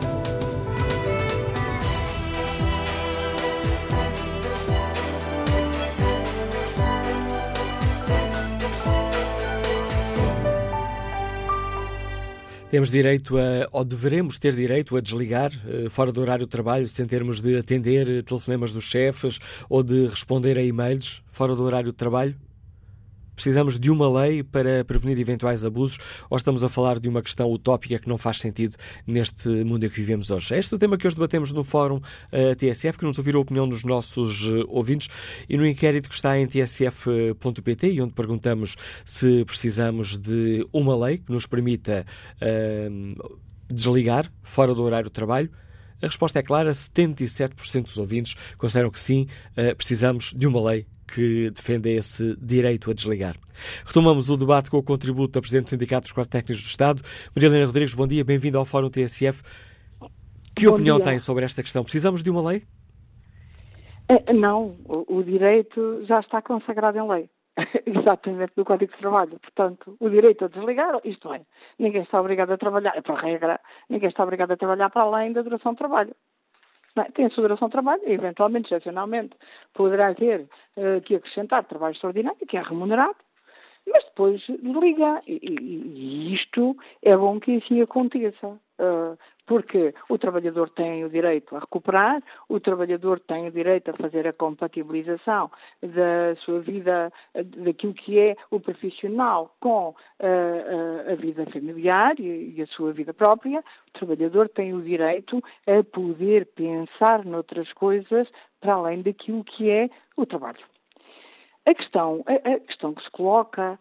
Temos direito a, ou deveremos ter direito a desligar uh, fora do horário de trabalho, sem termos de atender uh, telefonemas dos chefes ou de responder a e-mails fora do horário de trabalho? Precisamos de uma lei para prevenir eventuais abusos ou estamos a falar de uma questão utópica que não faz sentido neste mundo em que vivemos hoje? Este é o tema que hoje debatemos no Fórum uh, T S F, que nos ouviram a opinião dos nossos uh, ouvintes e no inquérito que está em t s f ponto p t e onde perguntamos se precisamos de uma lei que nos permita uh, desligar fora do horário de trabalho. A resposta é clara, setenta e sete por cento dos ouvintes consideram que sim, uh, precisamos de uma lei que defenda esse direito a desligar. Retomamos o debate com o contributo da Presidente do Sindicato dos Quadros Técnicos do Estado. Maria Helena Rodrigues, bom dia, bem-vindo ao Fórum T S F. Que bom opinião dia. Tem sobre esta questão? Precisamos de uma lei? Não, o, o direito já está consagrado em lei. Exatamente, no Código de Trabalho. Portanto, o direito a desligar, isto é, ninguém está obrigado a trabalhar, é por regra, ninguém está obrigado a trabalhar para além da duração do trabalho. Não é? Tem a sua duração de trabalho e, eventualmente, excepcionalmente, poderá ter uh, que acrescentar trabalho extraordinário, que é remunerado, mas depois liga. E, e, e isto é bom que assim aconteça, uh, porque o trabalhador tem o direito a recuperar, o trabalhador tem o direito a fazer a compatibilização da sua vida, daquilo que é o profissional com uh, uh, a vida familiar e, e a sua vida própria. O trabalhador tem o direito a poder pensar noutras coisas para além daquilo que é o trabalho. A questão, a, a questão que se coloca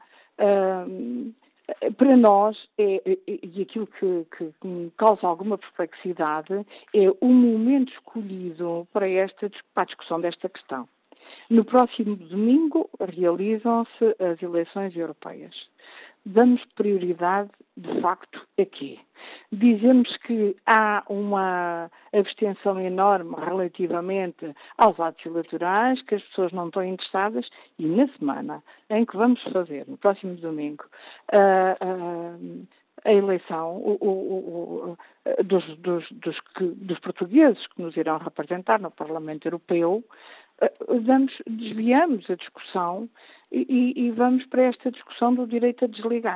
uh, para nós é, é, e aquilo que, que, que me causa alguma perplexidade é o momento escolhido para, esta, para a discussão desta questão. No próximo domingo realizam-se as eleições europeias. Damos prioridade, de facto, a quê? Dizemos que há uma abstenção enorme relativamente aos atos eleitorais, que as pessoas não estão interessadas, e na semana em que vamos fazer, no próximo domingo, uh, uh, a eleição o, o, o, dos, dos, dos, que, dos portugueses que nos irão representar no Parlamento Europeu, Vamos, desviamos a discussão e, e vamos para esta discussão do direito a desligar.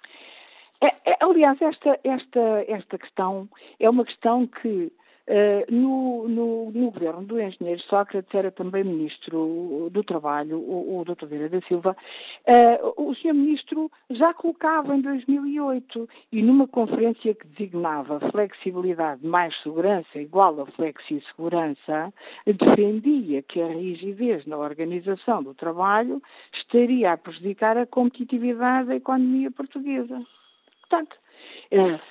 É, é, aliás, esta, esta, esta questão é uma questão que uh, no, no, no governo do engenheiro Sócrates, era também ministro do Trabalho, o, o doutor Vieira da Silva, uh, o senhor ministro já colocava em dois mil e oito e numa conferência que designava flexibilidade mais segurança igual a flexi-segurança, defendia que a rigidez na organização do trabalho estaria a prejudicar a competitividade da economia portuguesa. Portanto, é,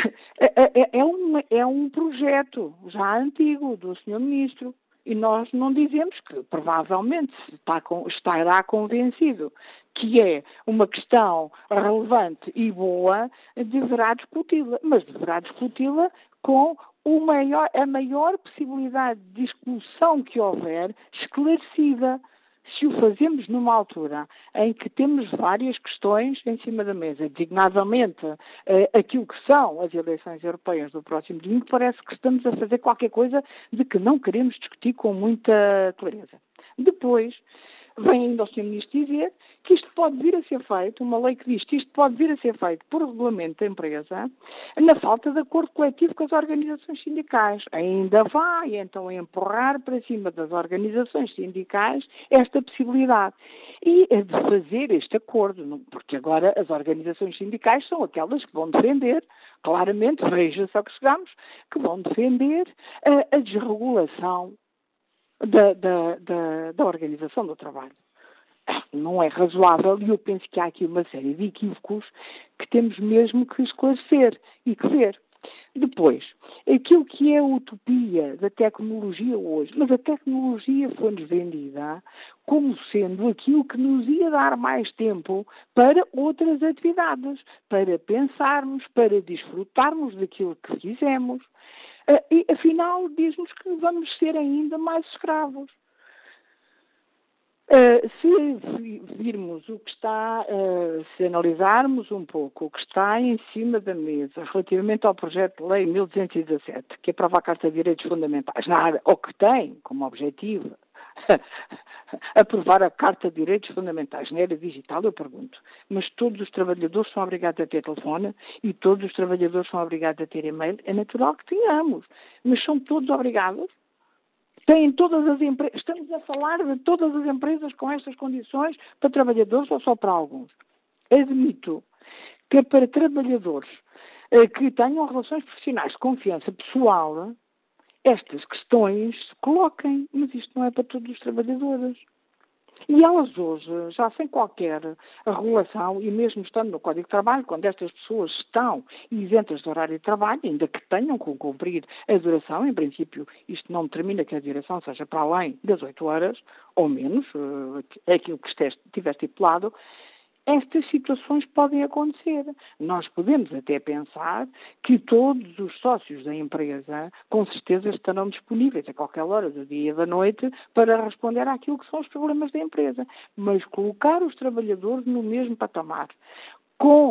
é, é, um, é um projeto já antigo do senhor Ministro e nós não dizemos que provavelmente está com, estará convencido que é uma questão relevante e boa, deverá discuti-la, mas deverá discuti-la com o maior, a maior possibilidade de exclusão que houver esclarecida. Se o fazemos numa altura em que temos várias questões em cima da mesa, designadamente eh, aquilo que são as eleições europeias do próximo domingo, parece que estamos a fazer qualquer coisa de que não queremos discutir com muita clareza. Depois, vem ainda o senhor Ministro dizer que isto pode vir a ser feito, uma lei que diz que isto pode vir a ser feito por regulamento da empresa, na falta de acordo coletivo com as organizações sindicais. Ainda vai, então, empurrar para cima das organizações sindicais esta possibilidade. E é de fazer este acordo, porque agora as organizações sindicais são aquelas que vão defender, claramente, veja-se ao que chegamos, que vão defender a, a desregulação Da, da, da, da organização do trabalho. Não é razoável e eu penso que há aqui uma série de equívocos que temos mesmo que esclarecer e que ver. Depois, aquilo que é a utopia da tecnologia hoje, mas a tecnologia foi-nos vendida como sendo aquilo que nos ia dar mais tempo para outras atividades, para pensarmos, para desfrutarmos daquilo que fizemos. Uh, e, afinal, diz-nos que vamos ser ainda mais escravos. Uh, se virmos o que está, uh, se analisarmos um pouco o que está em cima da mesa relativamente ao projeto de lei mil duzentos e dezassete, que aprova a Carta de Direitos Fundamentais na área, ou que tem como objetivo aprovar a Carta de Direitos Fundamentais na era digital, eu pergunto, mas todos os trabalhadores são obrigados a ter telefone e todos os trabalhadores são obrigados a ter e-mail? É natural que tenhamos, mas são todos obrigados? Têm todas as empresas, estamos a falar de todas as empresas com estas condições para trabalhadores ou só para alguns? Admito que para trabalhadores eh, que tenham relações profissionais de confiança pessoal, estas questões se coloquem, mas isto não é para todos os trabalhadores. E elas hoje, já sem qualquer regulação, e mesmo estando no Código de Trabalho, quando estas pessoas estão isentas do horário de trabalho, ainda que tenham que cumprir a duração, em princípio isto não determina que a duração seja para além das oito horas, ou menos, é aquilo que estiver estipulado, estas situações podem acontecer. Nós podemos até pensar que todos os sócios da empresa, com certeza, estarão disponíveis a qualquer hora do dia e da noite para responder àquilo que são os problemas da empresa. Mas colocar os trabalhadores no mesmo patamar, com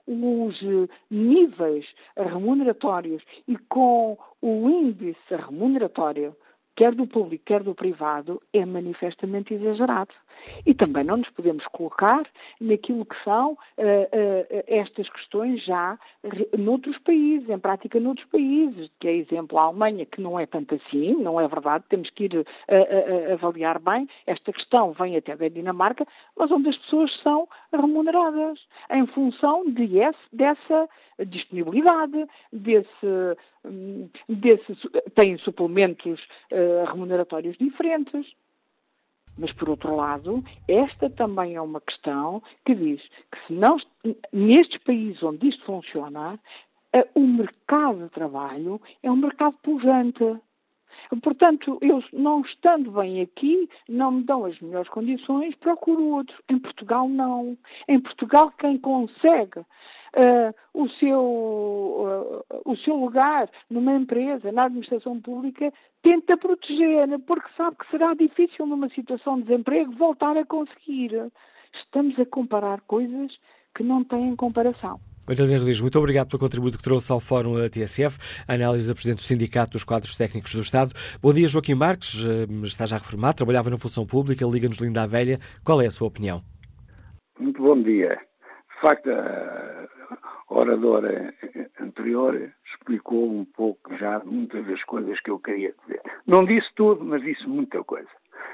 os níveis remuneratórios e com o índice remuneratório, quer do público, quer do privado, é manifestamente exagerado. E também não nos podemos colocar naquilo que são uh, uh, estas questões já noutros países, em prática noutros países, que é exemplo a Alemanha, que não é tanto assim, não é verdade, temos que ir uh, uh, avaliar bem. Esta questão vem até da Dinamarca, mas onde as pessoas são remuneradas em função de esse, dessa disponibilidade, desse, desse têm suplementos uh, remuneratórios diferentes. Mas, por outro lado, esta também é uma questão que diz que se não, nestes países onde isto funciona, o mercado de trabalho é um mercado pujante. Portanto, eu não estando bem aqui, não me dão as melhores condições, procuro outro. Em Portugal, não. Em Portugal, quem consegue uh, o, seu, uh, o seu lugar numa empresa, na administração pública, tenta proteger, porque sabe que será difícil numa situação de desemprego voltar a conseguir. Estamos a comparar coisas que não têm comparação. Madalena Rodrigues, muito obrigado pelo contributo que trouxe ao Fórum da T S F, a análise da Presidente do Sindicato dos Quadros Técnicos do Estado. Bom dia, Joaquim Marques, está já reformado, trabalhava na função pública, Liga-nos Linda à Velha. Qual é a sua opinião? Muito bom dia. De facto, a oradora anterior explicou um pouco já muitas das coisas que eu queria dizer. Não disse tudo, mas disse muita coisa.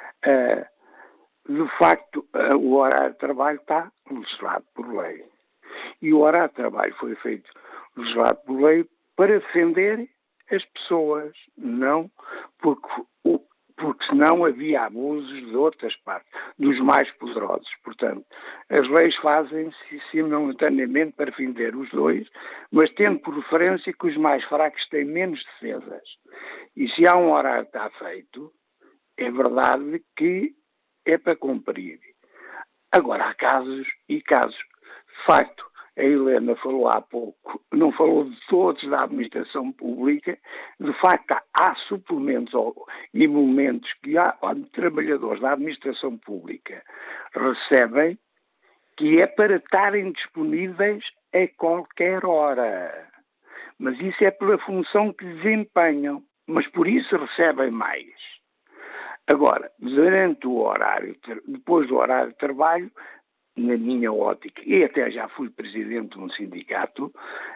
De facto, o horário de trabalho está legislado por lei. E o horário de trabalho foi feito legislado por lei para defender as pessoas, não porque, porque senão havia abusos de outras partes, dos mais poderosos. Portanto, as leis fazem-se simultaneamente para defender os dois, mas tendo por referência que os mais fracos têm menos defesas. E se há um horário que está feito, é verdade que é para cumprir. Agora, há casos e casos. De facto, a Helena falou há pouco, não falou de todos da administração pública. De facto, há, há suplementos e momentos que há onde trabalhadores da administração pública recebem que é para estarem disponíveis a qualquer hora. Mas isso é pela função que desempenham, mas por isso recebem mais. Agora, durante o horário, depois do horário de trabalho, na minha ótica, e até já fui presidente de um sindicato,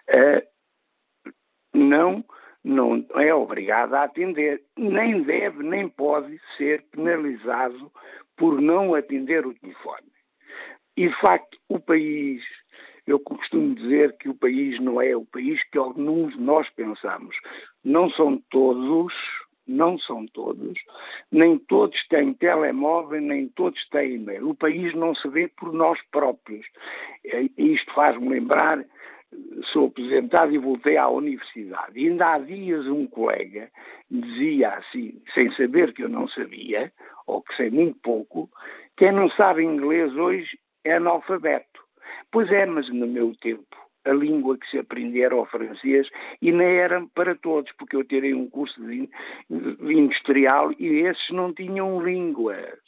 uh, não, não é obrigado a atender, nem deve, nem pode ser penalizado por não atender o telefone. E, de facto, o país, eu costumo dizer que o país não é o país que alguns de nós pensamos. Não são todos... Não são todos, nem todos têm telemóvel, nem todos têm e-mail. O país não se vê por nós próprios. Isto faz-me lembrar, sou aposentado e voltei à universidade. E ainda há dias um colega dizia assim, sem saber que eu não sabia, ou que sei muito pouco, quem não sabe inglês hoje é analfabeto. Pois é, mas no meu tempo, a língua que se aprendia era o francês e nem era para todos, porque eu tirei um curso de industrial e esses não tinham línguas.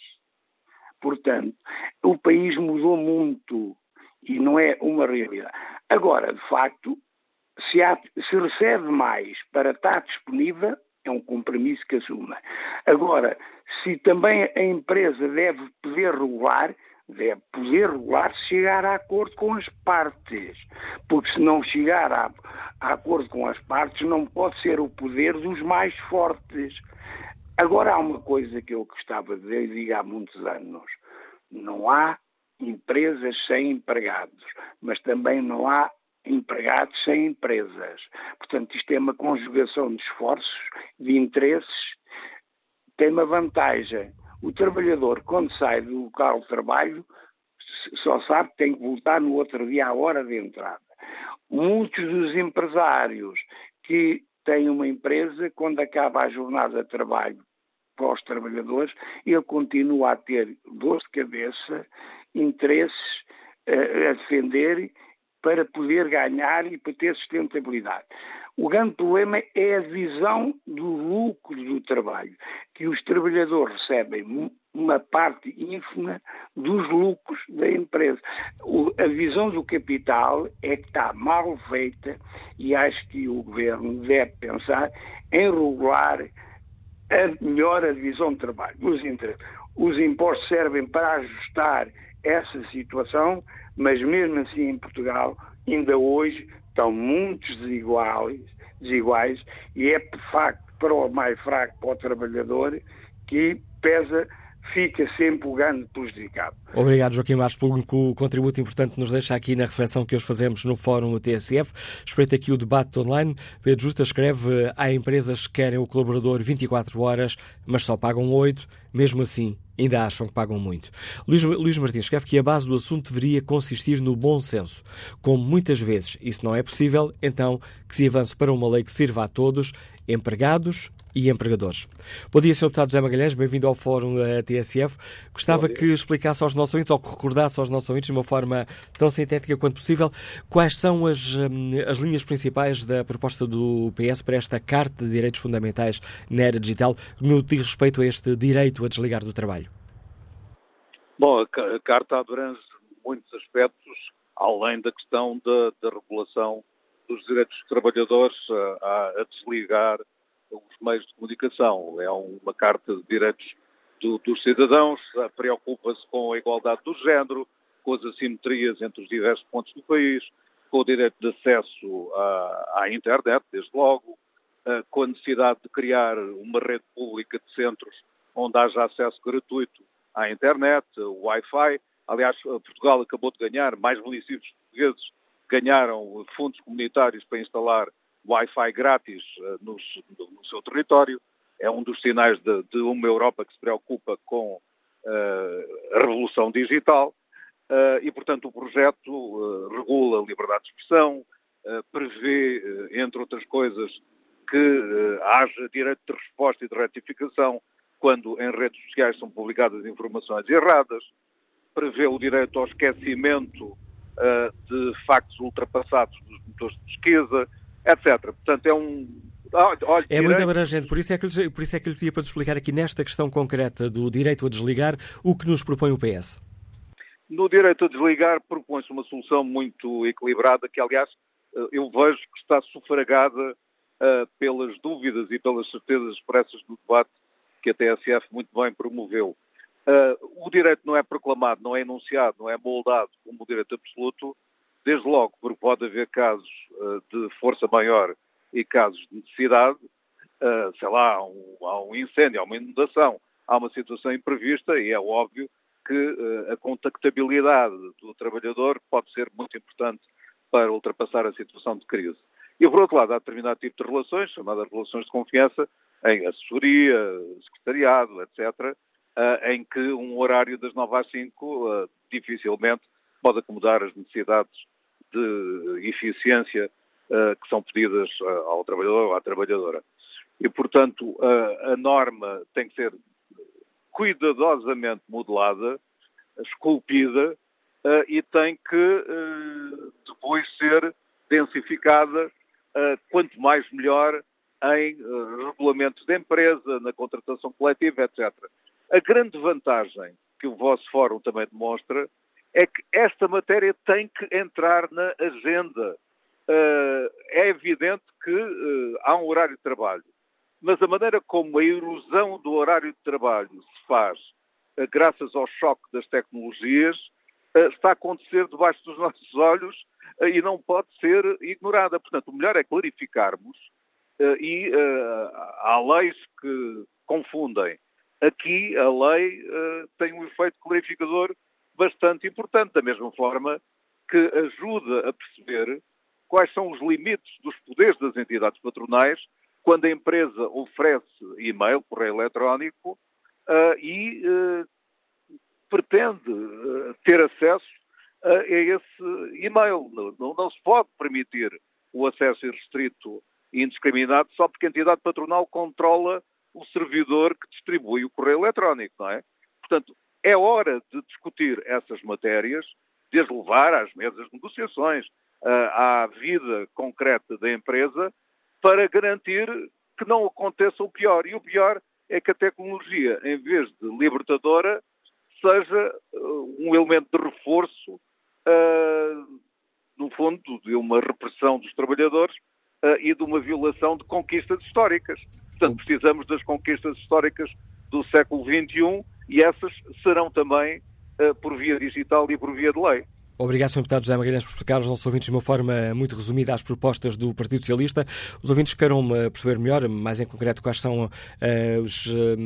Portanto, o país mudou muito e não é uma realidade. Agora, de facto, se, há, se recebe mais para estar disponível, é um compromisso que assuma. Agora, se também a empresa deve poder regular, deve poder regular se chegar a acordo com as partes, porque se não chegar a, a acordo com as partes não pode ser o poder dos mais fortes. Agora há uma coisa que eu gostava de dizer, digo há muitos anos, não há empresas sem empregados, mas também não há empregados sem empresas. Portanto, isto é uma conjugação de esforços, de interesses, tem uma vantagem. O trabalhador, quando sai do local de trabalho, só sabe que tem que voltar no outro dia à hora de entrada. Muitos dos empresários que têm uma empresa, quando acaba a jornada de trabalho para os trabalhadores, ele continua a ter dor de cabeça, interesses a defender para poder ganhar e para ter sustentabilidade. O grande problema é a divisão do lucro do trabalho, que os trabalhadores recebem uma parte ínfima dos lucros da empresa. O, a visão do capital é que está mal feita e acho que o governo deve pensar em regular a melhor a divisão de trabalho. Os, os impostos servem para ajustar essa situação, mas mesmo assim em Portugal, ainda hoje, estão muitos desiguais, desiguais e é de facto para o mais fraco, para o trabalhador, que pesa, fica sempre o grande prejudicado. Obrigado, Joaquim Marques, pelo contributo importante que nos deixa aqui na reflexão que hoje fazemos no Fórum T S F. Espreita aqui o debate online. Pedro Justa escreve: há empresas que querem o colaborador vinte e quatro horas, mas só pagam oito. Mesmo assim, ainda acham que pagam muito. Luís, Luís Martins escreve que a base do assunto deveria consistir no bom senso. Como muitas vezes isso não é possível, então que se avance para uma lei que sirva a todos, empregados e empregadores. Bom dia, senhor Deputado José Magalhães, bem-vindo ao Fórum da T S F. Gostava que explicasse aos nossos ouvintes, ou que recordasse aos nossos ouvintes, de uma forma tão sintética quanto possível, quais são as, as linhas principais da proposta do P S para esta Carta de Direitos Fundamentais na Era Digital, no que diz respeito a este direito a desligar do trabalho. Bom, a Carta abrange muitos aspectos, além da questão da, da regulação dos direitos dos trabalhadores a, a desligar os meios de comunicação. É uma carta de direitos do, dos cidadãos, preocupa-se com a igualdade do género, com as assimetrias entre os diversos pontos do país, com o direito de acesso à, à internet, desde logo, com a necessidade de criar uma rede pública de centros onde haja acesso gratuito à internet, Wi-Fi. Aliás, Portugal acabou de ganhar, mais municípios portugueses ganharam fundos comunitários para instalar Wi-Fi grátis uh, no, no seu território. É um dos sinais de, de uma Europa que se preocupa com uh, a revolução digital uh, e, portanto, o projeto uh, regula a liberdade de expressão, uh, prevê, uh, entre outras coisas, que uh, haja direito de resposta e de retificação quando em redes sociais são publicadas informações erradas, prevê o direito ao esquecimento uh, de factos ultrapassados dos motores de pesquisa, etcétera. Portanto, é um... Olha, é direito... muito abrangente, por isso é, que eu, por isso é que eu lhe pedia para nos explicar aqui nesta questão concreta do direito a desligar o que nos propõe o P S. No direito a desligar propõe-se uma solução muito equilibrada que, aliás, eu vejo que está sufragada uh, pelas dúvidas e pelas certezas expressas no debate que a T S F muito bem promoveu. Uh, o direito não é proclamado, não é enunciado, não é moldado como direito absoluto, desde logo, porque pode haver casos uh, de força maior e casos de necessidade, uh, sei lá, há um, há um incêndio, há uma inundação, há uma situação imprevista e é óbvio que uh, a contactabilidade do trabalhador pode ser muito importante para ultrapassar a situação de crise. E, por outro lado, há determinado tipo de relações, chamadas relações de confiança, em assessoria, secretariado, etcétera, uh, em que um horário das nove às cinco uh, dificilmente pode acomodar as necessidades de eficiência uh, que são pedidas uh, ao trabalhador ou à trabalhadora. E, portanto, uh, a norma tem que ser cuidadosamente modelada, esculpida, uh, e tem que uh, depois ser densificada, uh, quanto mais melhor, em uh, regulamentos de empresa, na contratação coletiva, etcétera. A grande vantagem que o vosso fórum também demonstra é que esta matéria tem que entrar na agenda. Uh, é evidente que uh, há um horário de trabalho, mas a maneira como a erosão do horário de trabalho se faz, uh, graças ao choque das tecnologias, uh, está a acontecer debaixo dos nossos olhos uh, e não pode ser ignorada. Portanto, o melhor é clarificarmos uh, e uh, há leis que confundem. Aqui a lei uh, tem um efeito clarificador bastante importante, da mesma forma que ajuda a perceber quais são os limites dos poderes das entidades patronais quando a empresa oferece e-mail, correio eletrónico, uh, e uh, pretende uh, ter acesso uh, a esse e-mail. Não, não se pode permitir o acesso irrestrito e indiscriminado só porque a entidade patronal controla o servidor que distribui o correio eletrónico, não é? Portanto, é hora de discutir essas matérias, de as levar às mesas de negociações, uh, à vida concreta da empresa, para garantir que não aconteça o pior. E o pior é que a tecnologia, em vez de libertadora, seja uh, um elemento de reforço, uh, no fundo, de uma repressão dos trabalhadores uh, e de uma violação de conquistas históricas. Portanto, precisamos das conquistas históricas do século vinte e um e essas serão também uh, por via digital e por via de lei. Obrigado, senhor Deputado José Magalhães, por explicar aos nossos ouvintes de uma forma muito resumida as propostas do Partido Socialista. Os ouvintes queiram perceber melhor, mais em concreto, quais são uh, os,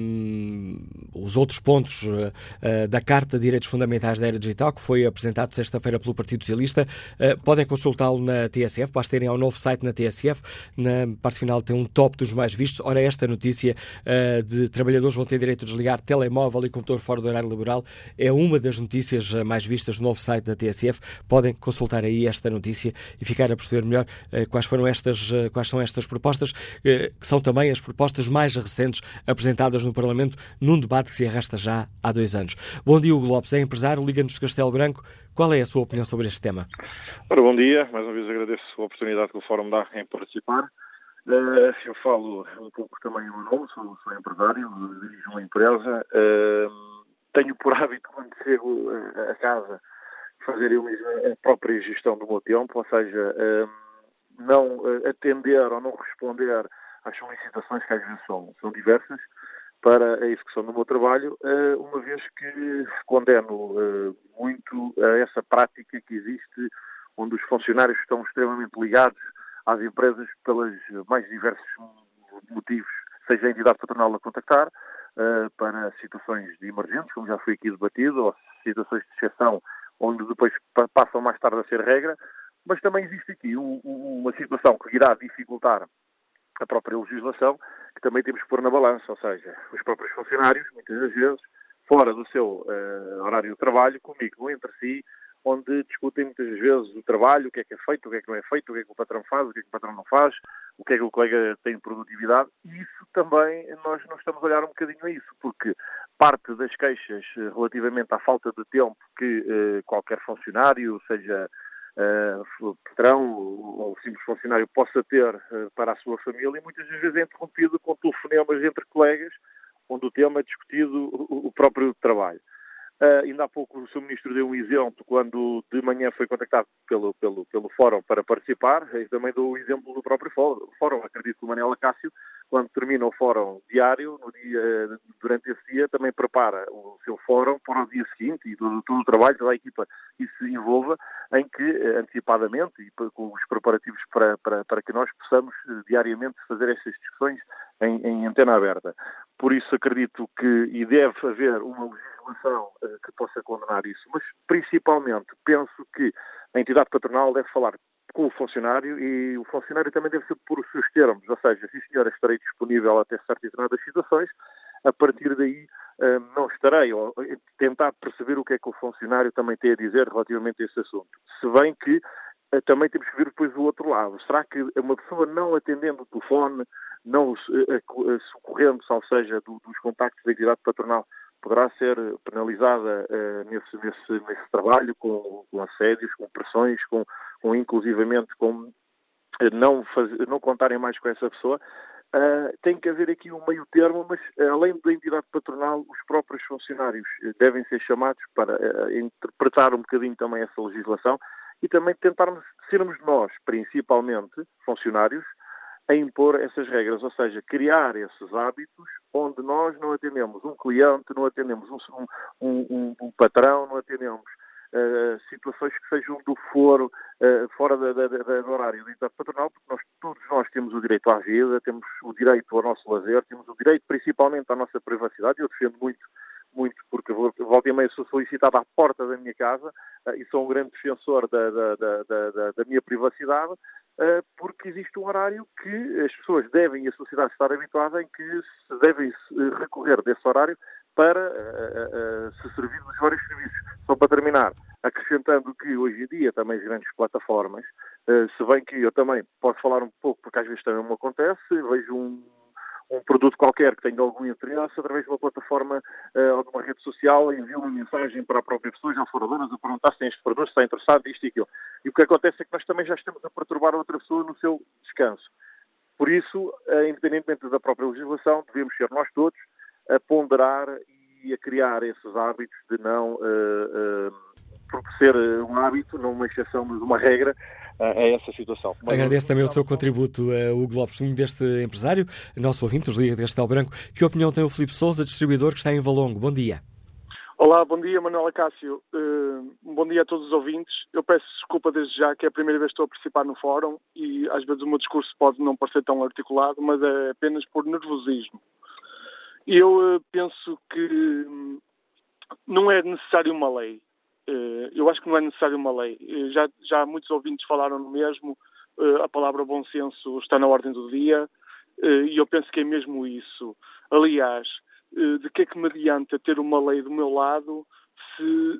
um, os outros pontos uh, da Carta de Direitos Fundamentais da Era Digital, que foi apresentado sexta-feira pelo Partido Socialista. Uh, podem consultá-lo na T S F, basta irem ao novo site na T S F. Na parte final tem um top dos mais vistos. Ora, esta notícia uh, de trabalhadores vão ter direito a desligar telemóvel e computador fora do horário laboral é uma das notícias mais vistas no novo site da T S F. Podem consultar aí esta notícia e ficar a perceber melhor uh, quais foram estas, uh, quais são estas propostas, uh, que são também as propostas mais recentes apresentadas no Parlamento num debate que se arrasta já há dois anos. Bom dia, Hugo Lopes, é empresário, liga-nos de Castelo Branco. Qual é a sua opinião sobre este tema? Ora, bom dia. Mais uma vez agradeço a oportunidade que o Fórum dá em participar. Uh, eu falo um pouco também o meu nome, sou, sou empresário, dirijo uma empresa. Uh, tenho por hábito, quando chego a, a casa, fazer eu mesmo a própria gestão do meu tempo, ou seja, não atender ou não responder às solicitações que às vezes são, são diversas para a execução do meu trabalho, uma vez que condeno muito a essa prática que existe, onde os funcionários estão extremamente ligados às empresas pelos mais diversos motivos, seja a entidade patronal a contactar, para situações de emergência, como já foi aqui debatido, ou situações de exceção, onde depois passam mais tarde a ser regra, mas também existe aqui um, um, uma situação que irá dificultar a própria legislação, que também temos que pôr na balança, ou seja, os próprios funcionários, muitas das vezes, fora do seu uh, horário de trabalho, comigo, entre si, onde discutem muitas vezes o trabalho, o que é que é feito, o que é que não é feito, o que é que o patrão faz, o que é que o patrão não faz, o que é que o colega tem de produtividade, e isso também nós não estamos a olhar um bocadinho a isso, porque parte das queixas relativamente à falta de tempo que eh, qualquer funcionário, seja eh, patrão ou simples funcionário, possa ter eh, para a sua família, muitas vezes é interrompido com telefonemas entre colegas, onde o tema é discutido o, o próprio trabalho. Uh, ainda há pouco o senhor Ministro deu um exemplo quando de manhã foi contactado pelo, pelo, pelo Fórum para participar. Eu também dou o exemplo do próprio Fórum. Acredito que o Manel Acácio, quando termina o Fórum diário, no dia, durante esse dia, também prepara o seu Fórum para o dia seguinte e todo, todo o trabalho, toda a equipa que se envolva, em que, antecipadamente, e com os preparativos para, para, para que nós possamos diariamente fazer estas discussões em, em antena aberta. Por isso acredito que, e deve haver uma legislação uh, que possa condenar isso, mas principalmente penso que a entidade patronal deve falar com o funcionário e o funcionário também deve ser por os seus termos, ou seja, sim senhora, estarei disponível até certas determinadas situações, a partir daí uh, não estarei, ou tentar perceber o que é que o funcionário também tem a dizer relativamente a esse assunto. Se bem que uh, também temos que ver depois o outro lado. Será que uma pessoa não atendendo o telefone, não socorrendo-se, ou seja, do, dos contactos da entidade patronal, poderá ser penalizada uh, nesse, nesse, nesse trabalho, com, com assédios, com pressões, com, com inclusivamente com uh, não, fazer, não contarem mais com essa pessoa. Uh, tem que haver aqui um meio termo, mas uh, além da entidade patronal, os próprios funcionários uh, devem ser chamados para uh, interpretar um bocadinho também essa legislação e também tentarmos sermos nós, principalmente, funcionários, a impor essas regras, ou seja, criar esses hábitos onde nós não atendemos um cliente, não atendemos um, um, um, um patrão, não atendemos uh, situações que sejam do foro, uh, fora da, da, da, do horário da entidade patronal, porque nós, todos nós temos o direito à vida, temos o direito ao nosso lazer, temos o direito principalmente à nossa privacidade. Eu defendo muito muito, porque volta e meia sou solicitado à porta da minha casa uh, e sou um grande defensor da, da, da, da, da minha privacidade, uh, porque existe um horário que as pessoas devem e a sociedade estar habituada em que se devem recorrer desse horário para uh, uh, se servir dos vários serviços. Só para terminar, acrescentando que hoje em dia também as grandes plataformas, uh, se bem que eu também posso falar um pouco, porque às vezes também me acontece, vejo um um produto qualquer que tenha algum interesse, através de uma plataforma uh, ou de uma rede social, envio uma mensagem para a própria pessoa, já foram donas, a perguntar se tem este produto, se está interessado, isto e aquilo. E o que acontece é que nós também já estamos a perturbar a outra pessoa no seu descanso. Por isso, independentemente da própria legislação, devemos ser nós todos a ponderar e a criar esses hábitos de não uh, uh, ser um hábito, não uma exceção, mas uma regra uh, a essa situação. Mas agradeço também o seu contributo, uh, Hugo Lopes, deste empresário, nosso ouvinte, os Liga de Castelo Branco. Que opinião tem o Filipe Sousa, distribuidor que está em Valongo? Bom dia. Olá, bom dia, Manuela Cássio. Uh, bom dia a todos os ouvintes. Eu peço desculpa desde já, que é a primeira vez que estou a participar no fórum e às vezes o meu discurso pode não parecer tão articulado, mas é apenas por nervosismo. Eu uh, penso que um, não é necessário uma lei. Uh, eu acho que não é necessário uma lei. Uh, já, já muitos ouvintes falaram no mesmo. Uh, a palavra bom senso está na ordem do dia uh, e eu penso que é mesmo isso. Aliás, de que é que me adianta ter uma lei do meu lado se,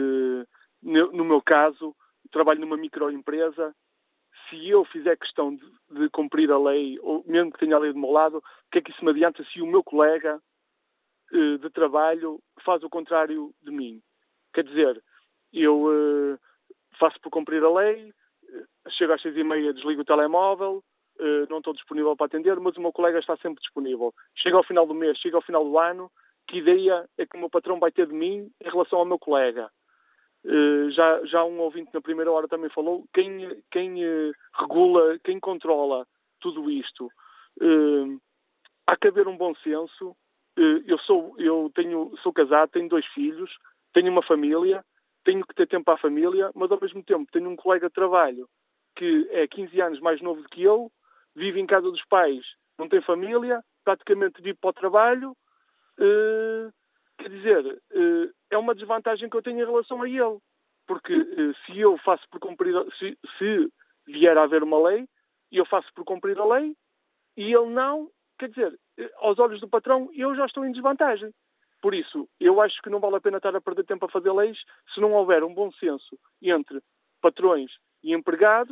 no meu caso, trabalho numa microempresa, se eu fizer questão de, de cumprir a lei, ou mesmo que tenha a lei do meu lado, o que é que isso me adianta se o meu colega de trabalho faz o contrário de mim? Quer dizer, eu faço por cumprir a lei, chego às seis e meia, desligo o telemóvel, Uh, não estou disponível para atender, mas o meu colega está sempre disponível. Chega ao final do mês, chega ao final do ano, que ideia é que o meu patrão vai ter de mim em relação ao meu colega? Uh, já, já um ouvinte na primeira hora também falou, quem, quem uh, regula, quem controla tudo isto? Uh, há que haver um bom senso. Uh, eu sou, eu tenho, sou casado, tenho dois filhos, tenho uma família, tenho que ter tempo à família, mas ao mesmo tempo tenho um colega de trabalho que é quinze anos mais novo do que eu, vive em casa dos pais, não tem família, praticamente vive para o trabalho. Uh, quer dizer, uh, é uma desvantagem que eu tenho em relação a ele. Porque uh, se eu faço por cumprir, se, se vier a haver uma lei, eu faço por cumprir a lei e ele não, quer dizer, uh, aos olhos do patrão, eu já estou em desvantagem. Por isso, eu acho que não vale a pena estar a perder tempo a fazer leis se não houver um bom senso entre patrões e empregados.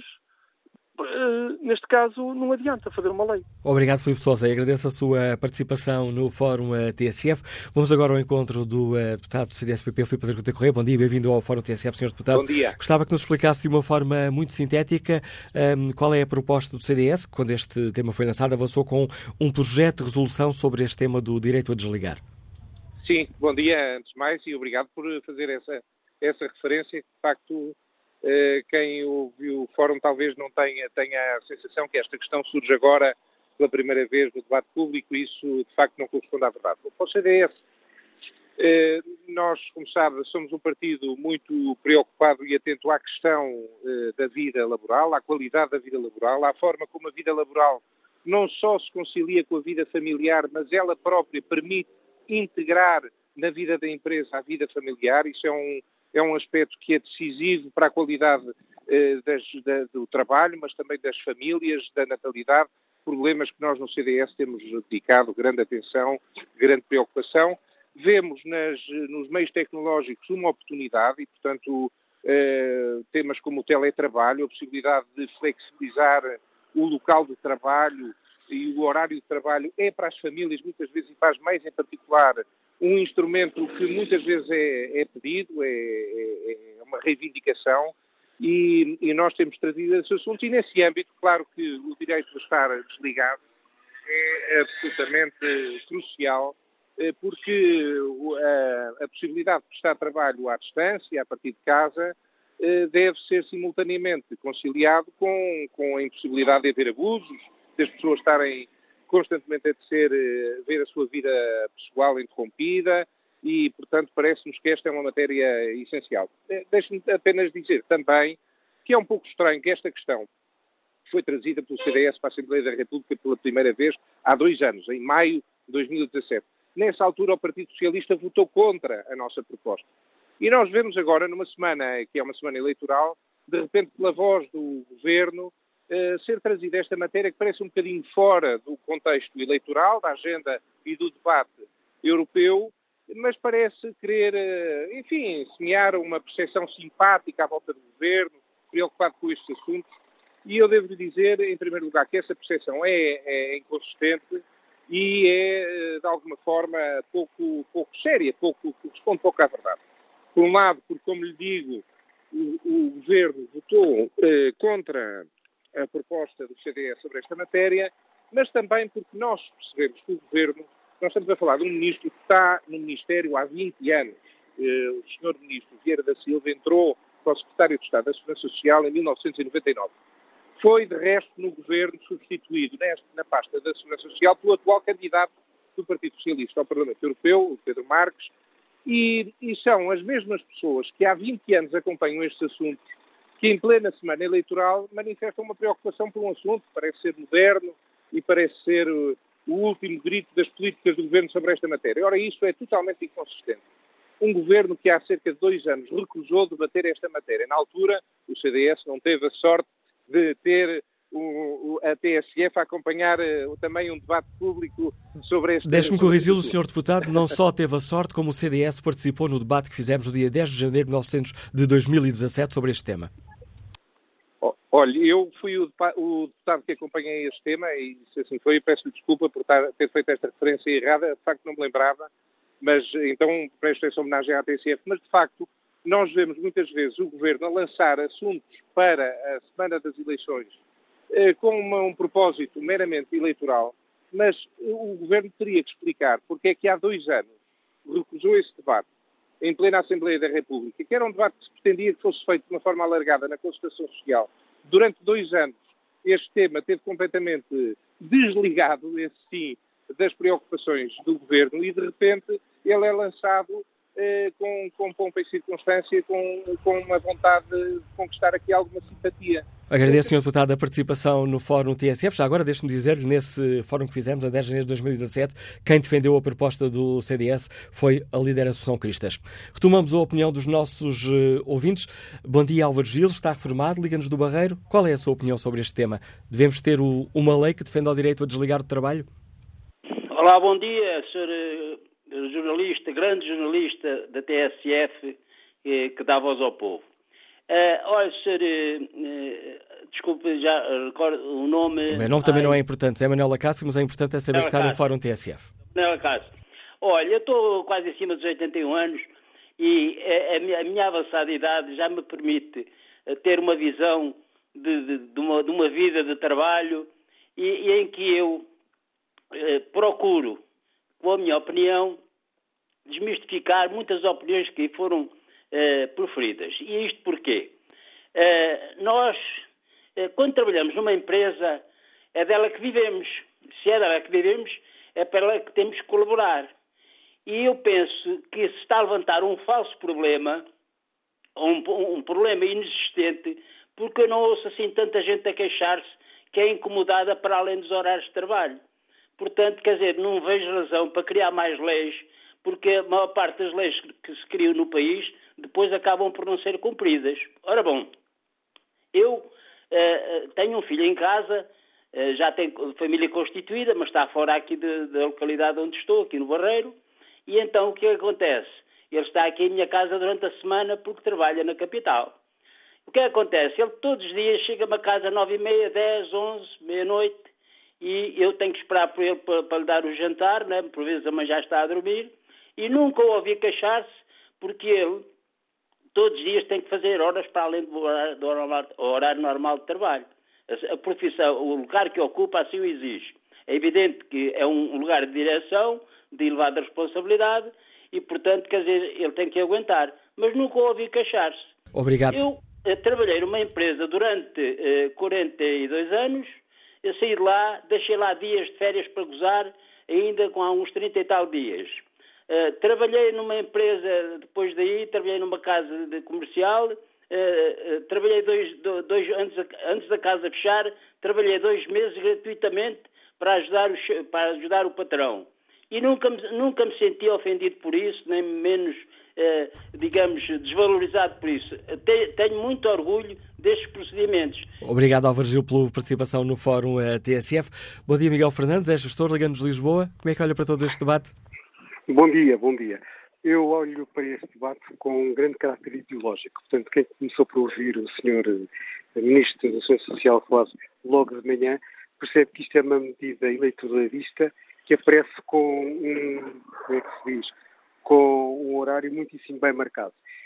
Uh, neste caso, não adianta fazer uma lei. Obrigado, Filipe Sousa, e agradeço a sua participação no Fórum T S F. Vamos agora ao encontro do uh, deputado do C D S P P, Filipe Pedro Correia. Bom dia, bem-vindo ao Fórum T S F, senhor Deputado. Bom dia. Gostava que nos explicasse de uma forma muito sintética um, qual é a proposta do C D S, que quando este tema foi lançado, avançou com um projeto de resolução sobre este tema do direito a desligar. Sim, bom dia, antes de mais, e obrigado por fazer essa, essa referência, que de facto quem ouviu o fórum talvez não tenha, tenha a sensação que esta questão surge agora pela primeira vez no debate público e isso de facto não corresponde à verdade. Para o C D S, nós, como sabe, somos um partido muito preocupado e atento à questão da vida laboral, à qualidade da vida laboral, à forma como a vida laboral não só se concilia com a vida familiar, mas ela própria permite integrar na vida da empresa a vida familiar. Isso é um É um aspecto que é decisivo para a qualidade eh, das, da, do trabalho, mas também das famílias, da natalidade, problemas que nós no C D S temos dedicado grande atenção, grande preocupação. Vemos nas, nos meios tecnológicos uma oportunidade e, portanto, eh, temas como o teletrabalho, a possibilidade de flexibilizar o local de trabalho e o horário de trabalho é para as famílias, muitas vezes, e para as mães em particular, um instrumento que muitas vezes é, é pedido, é, é, é uma reivindicação e, e nós temos trazido esse assunto e nesse âmbito, claro que o direito de estar desligado é absolutamente crucial porque a, a possibilidade de prestar trabalho à distância, a partir de casa, deve ser simultaneamente conciliado com, com a impossibilidade de haver abusos, das pessoas estarem constantemente a ter, ver a sua vida pessoal interrompida e, portanto, parece-nos que esta é uma matéria essencial. Deixe-me apenas dizer também que é um pouco estranho que esta questão foi trazida pelo C D S para a Assembleia da República pela primeira vez há dois anos, em maio de dois mil e dezassete. Nessa altura, o Partido Socialista votou contra a nossa proposta. E nós vemos agora, numa semana que é uma semana eleitoral, de repente, pela voz do Governo, Uh, ser trazida esta matéria que parece um bocadinho fora do contexto eleitoral, da agenda e do debate europeu, mas parece querer, uh, enfim, semear uma percepção simpática à volta do Governo, preocupado com estes assuntos, e eu devo-lhe dizer, em primeiro lugar, que essa percepção é, é inconsistente e é, de alguma forma, pouco, pouco séria, pouco, corresponde pouco à verdade. Por um lado, porque, como lhe digo, o, o Governo votou uh, contra a proposta do C D S sobre esta matéria mas também porque nós percebemos que o Governo, nós estamos a falar de um ministro que está no Ministério há vinte anos. O senhor Ministro Vieira da Silva entrou para o Secretário de Estado da Segurança Social em mil novecentos e noventa e nove. Foi, de resto, no Governo substituído neste, na pasta da Segurança Social pelo atual candidato do Partido Socialista ao Parlamento Europeu, o Pedro Marques, e, e são as mesmas pessoas que há vinte anos acompanham estes assuntos, que em plena semana eleitoral manifestam uma preocupação por um assunto que parece ser moderno e parece ser o, o último grito das políticas do Governo sobre esta matéria. Ora, isso é totalmente inconsistente. Um Governo que há cerca de dois anos recusou debater esta matéria. Na altura, o C D S não teve a sorte de ter o, o, a T S F a acompanhar uh, também um debate público sobre este... Deixe-me corrigi-lo, senhor Deputado, não só teve a sorte, como o C D S participou no debate que fizemos no dia dez de janeiro de dois mil e dezassete sobre este tema. Olha, eu fui o, o deputado que acompanhei este tema e, se assim foi, peço-lhe desculpa por tar, ter feito esta referência errada, de facto não me lembrava, mas então presto essa homenagem à T S F. Mas, de facto, nós vemos muitas vezes o Governo a lançar assuntos para a semana das eleições eh, com uma, um propósito meramente eleitoral, mas o Governo teria que explicar porque é que há dois anos recusou esse debate em plena Assembleia da República, que era um debate que se pretendia que fosse feito de uma forma alargada na concertação social. Durante dois anos este tema teve completamente desligado, esse sim, das preocupações do Governo e, de repente, ele é lançado eh, com, com pompa e circunstância, com, com uma vontade de conquistar aqui alguma simpatia. Agradeço, senhor Deputado, a participação no Fórum T S F. Já agora, deixe-me dizer-lhe, nesse fórum que fizemos, a dez de janeiro de dois mil e dezassete, quem defendeu a proposta do C D S foi a líder Associação Cristas. Retomamos a opinião dos nossos uh, ouvintes. Bom dia, Álvaro Gil, está reformado, liga-nos do Barreiro. Qual é a sua opinião sobre este tema? Devemos ter o, uma lei que defenda o direito a desligar do trabalho? Olá, bom dia, senhor uh, jornalista, grande jornalista da T S F, eh, que dá voz ao povo. Uh, olha, senhor, uh, uh, desculpe, já recordo o nome... O meu nome também Ai... não é importante, é Manuela Cássio, mas é importante é saber Manuela que está Cássio. No Fórum T S F. Manuela Cássio. Olha, eu estou quase acima dos oitenta e um anos e a, a, minha, a minha avançada idade já me permite ter uma visão de, de, de, uma, de uma vida de trabalho e, e em que eu uh, procuro, com a minha opinião, desmistificar muitas opiniões que foram Uh, proferidas. E isto porquê? Uh, nós, uh, quando trabalhamos numa empresa, é dela que vivemos. Se é dela que vivemos, é para ela que temos que colaborar. E eu penso que se está a levantar um falso problema, um, um problema inexistente, porque eu não ouço assim tanta gente a queixar-se que é incomodada para além dos horários de trabalho. Portanto, quer dizer, não vejo razão para criar mais leis, porque a maior parte das leis que se criam no país depois acabam por não ser cumpridas. Ora bom, eu uh, tenho um filho em casa, uh, já tenho família constituída, mas está fora aqui de, da localidade onde estou, aqui no Barreiro, e então o que acontece? Ele está aqui em minha casa durante a semana porque trabalha na capital. O que acontece? Ele todos os dias chega-me a casa às nove e meia, dez, onze, meia-noite, e eu tenho que esperar por ele para, para lhe dar o jantar, né? Por vezes a mãe já está a dormir, e nunca o ouvi queixar-se, porque ele todos os dias tem que fazer horas para além do horário, do horário normal de trabalho. A, a profissão, o lugar que ocupa assim o exige. É evidente que é um lugar de direção, de elevada responsabilidade, e, portanto, quer dizer, ele tem que aguentar. Mas nunca o ouvi queixar-se. Obrigado. Eu eh, trabalhei numa empresa durante eh, quarenta e dois anos, eu saí de lá, deixei lá dias de férias para gozar, ainda com uns trinta e tal dias. Uh, trabalhei numa empresa, depois daí, trabalhei numa casa de comercial, uh, uh, trabalhei dois, dois antes, antes da casa fechar, trabalhei dois meses gratuitamente para ajudar o, para ajudar o patrão. E nunca me, nunca me senti ofendido por isso, nem menos, uh, digamos, desvalorizado por isso. Te, tenho muito orgulho destes procedimentos. Obrigado, Álvaro Gil, pela participação no Fórum uh, T S F. Bom dia, Miguel Fernandes, é gestor, ligando-nos de Lisboa. Como é que olha para todo este debate? Bom dia, bom dia. Eu olho para este debate com um grande caráter ideológico. Portanto, quem começou por ouvir o senhor Ministro da Segurança Social falar logo de manhã, percebe que isto é uma medida eleitoralista que aparece com um, como é que se diz, com um horário muitíssimo bem marcado.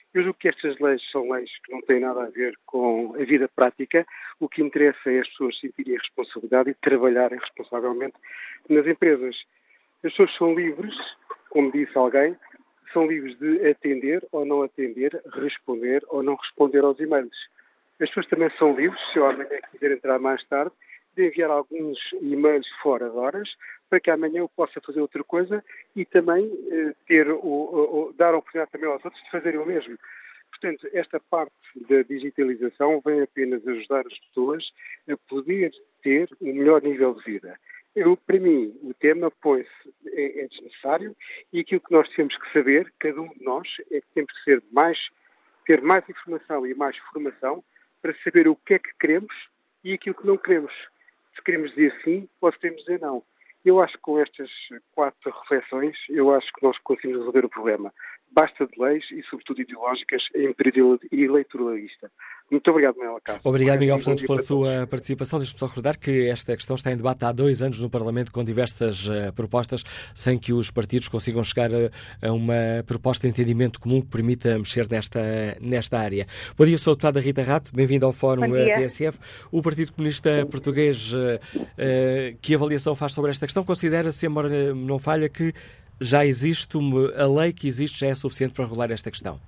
Eu julgo que estas leis são leis que não têm nada a ver com a vida prática. O que interessa é as pessoas sentirem a responsabilidade e trabalharem responsavelmente nas empresas. As pessoas são livres, como disse alguém, são livres de atender ou não atender, responder ou não responder aos e-mails. As pessoas também são livres, se eu amanhã quiser entrar mais tarde, de enviar alguns e-mails fora de horas, para que amanhã eu possa fazer outra coisa e também eh, ter o, o, o, dar a oportunidade também aos outros de fazerem o mesmo. Portanto, esta parte da digitalização vem apenas ajudar as pessoas a poder ter um melhor nível de vida. Eu, para mim, o tema põe-se, é, é desnecessário e aquilo que nós temos que saber, cada um de nós, é que temos que ser mais, ter mais informação e mais formação para saber o que é que queremos e aquilo que não queremos. Se queremos dizer sim ou se queremos dizer não. Eu acho que com estas quatro reflexões, eu acho que nós conseguimos resolver o problema. Basta de leis e, sobretudo, ideológicas em período eleitoralista. Muito obrigado, Manuel Cássio. Obrigado, Miguel Fernandes, pela sua participação. Deixe-me só recordar que esta questão está em debate há dois anos no Parlamento com diversas uh, propostas, sem que os partidos consigam chegar a, a uma proposta de entendimento comum que permita mexer nesta, nesta área. Bom dia, sou a deputada Rita Rato, bem-vinda ao Fórum T S F. O Partido Comunista Português, uh, uh, que avaliação faz sobre esta questão? Considera, se a memória não falha, que já existe, uma, a lei que existe já é suficiente para regular esta questão?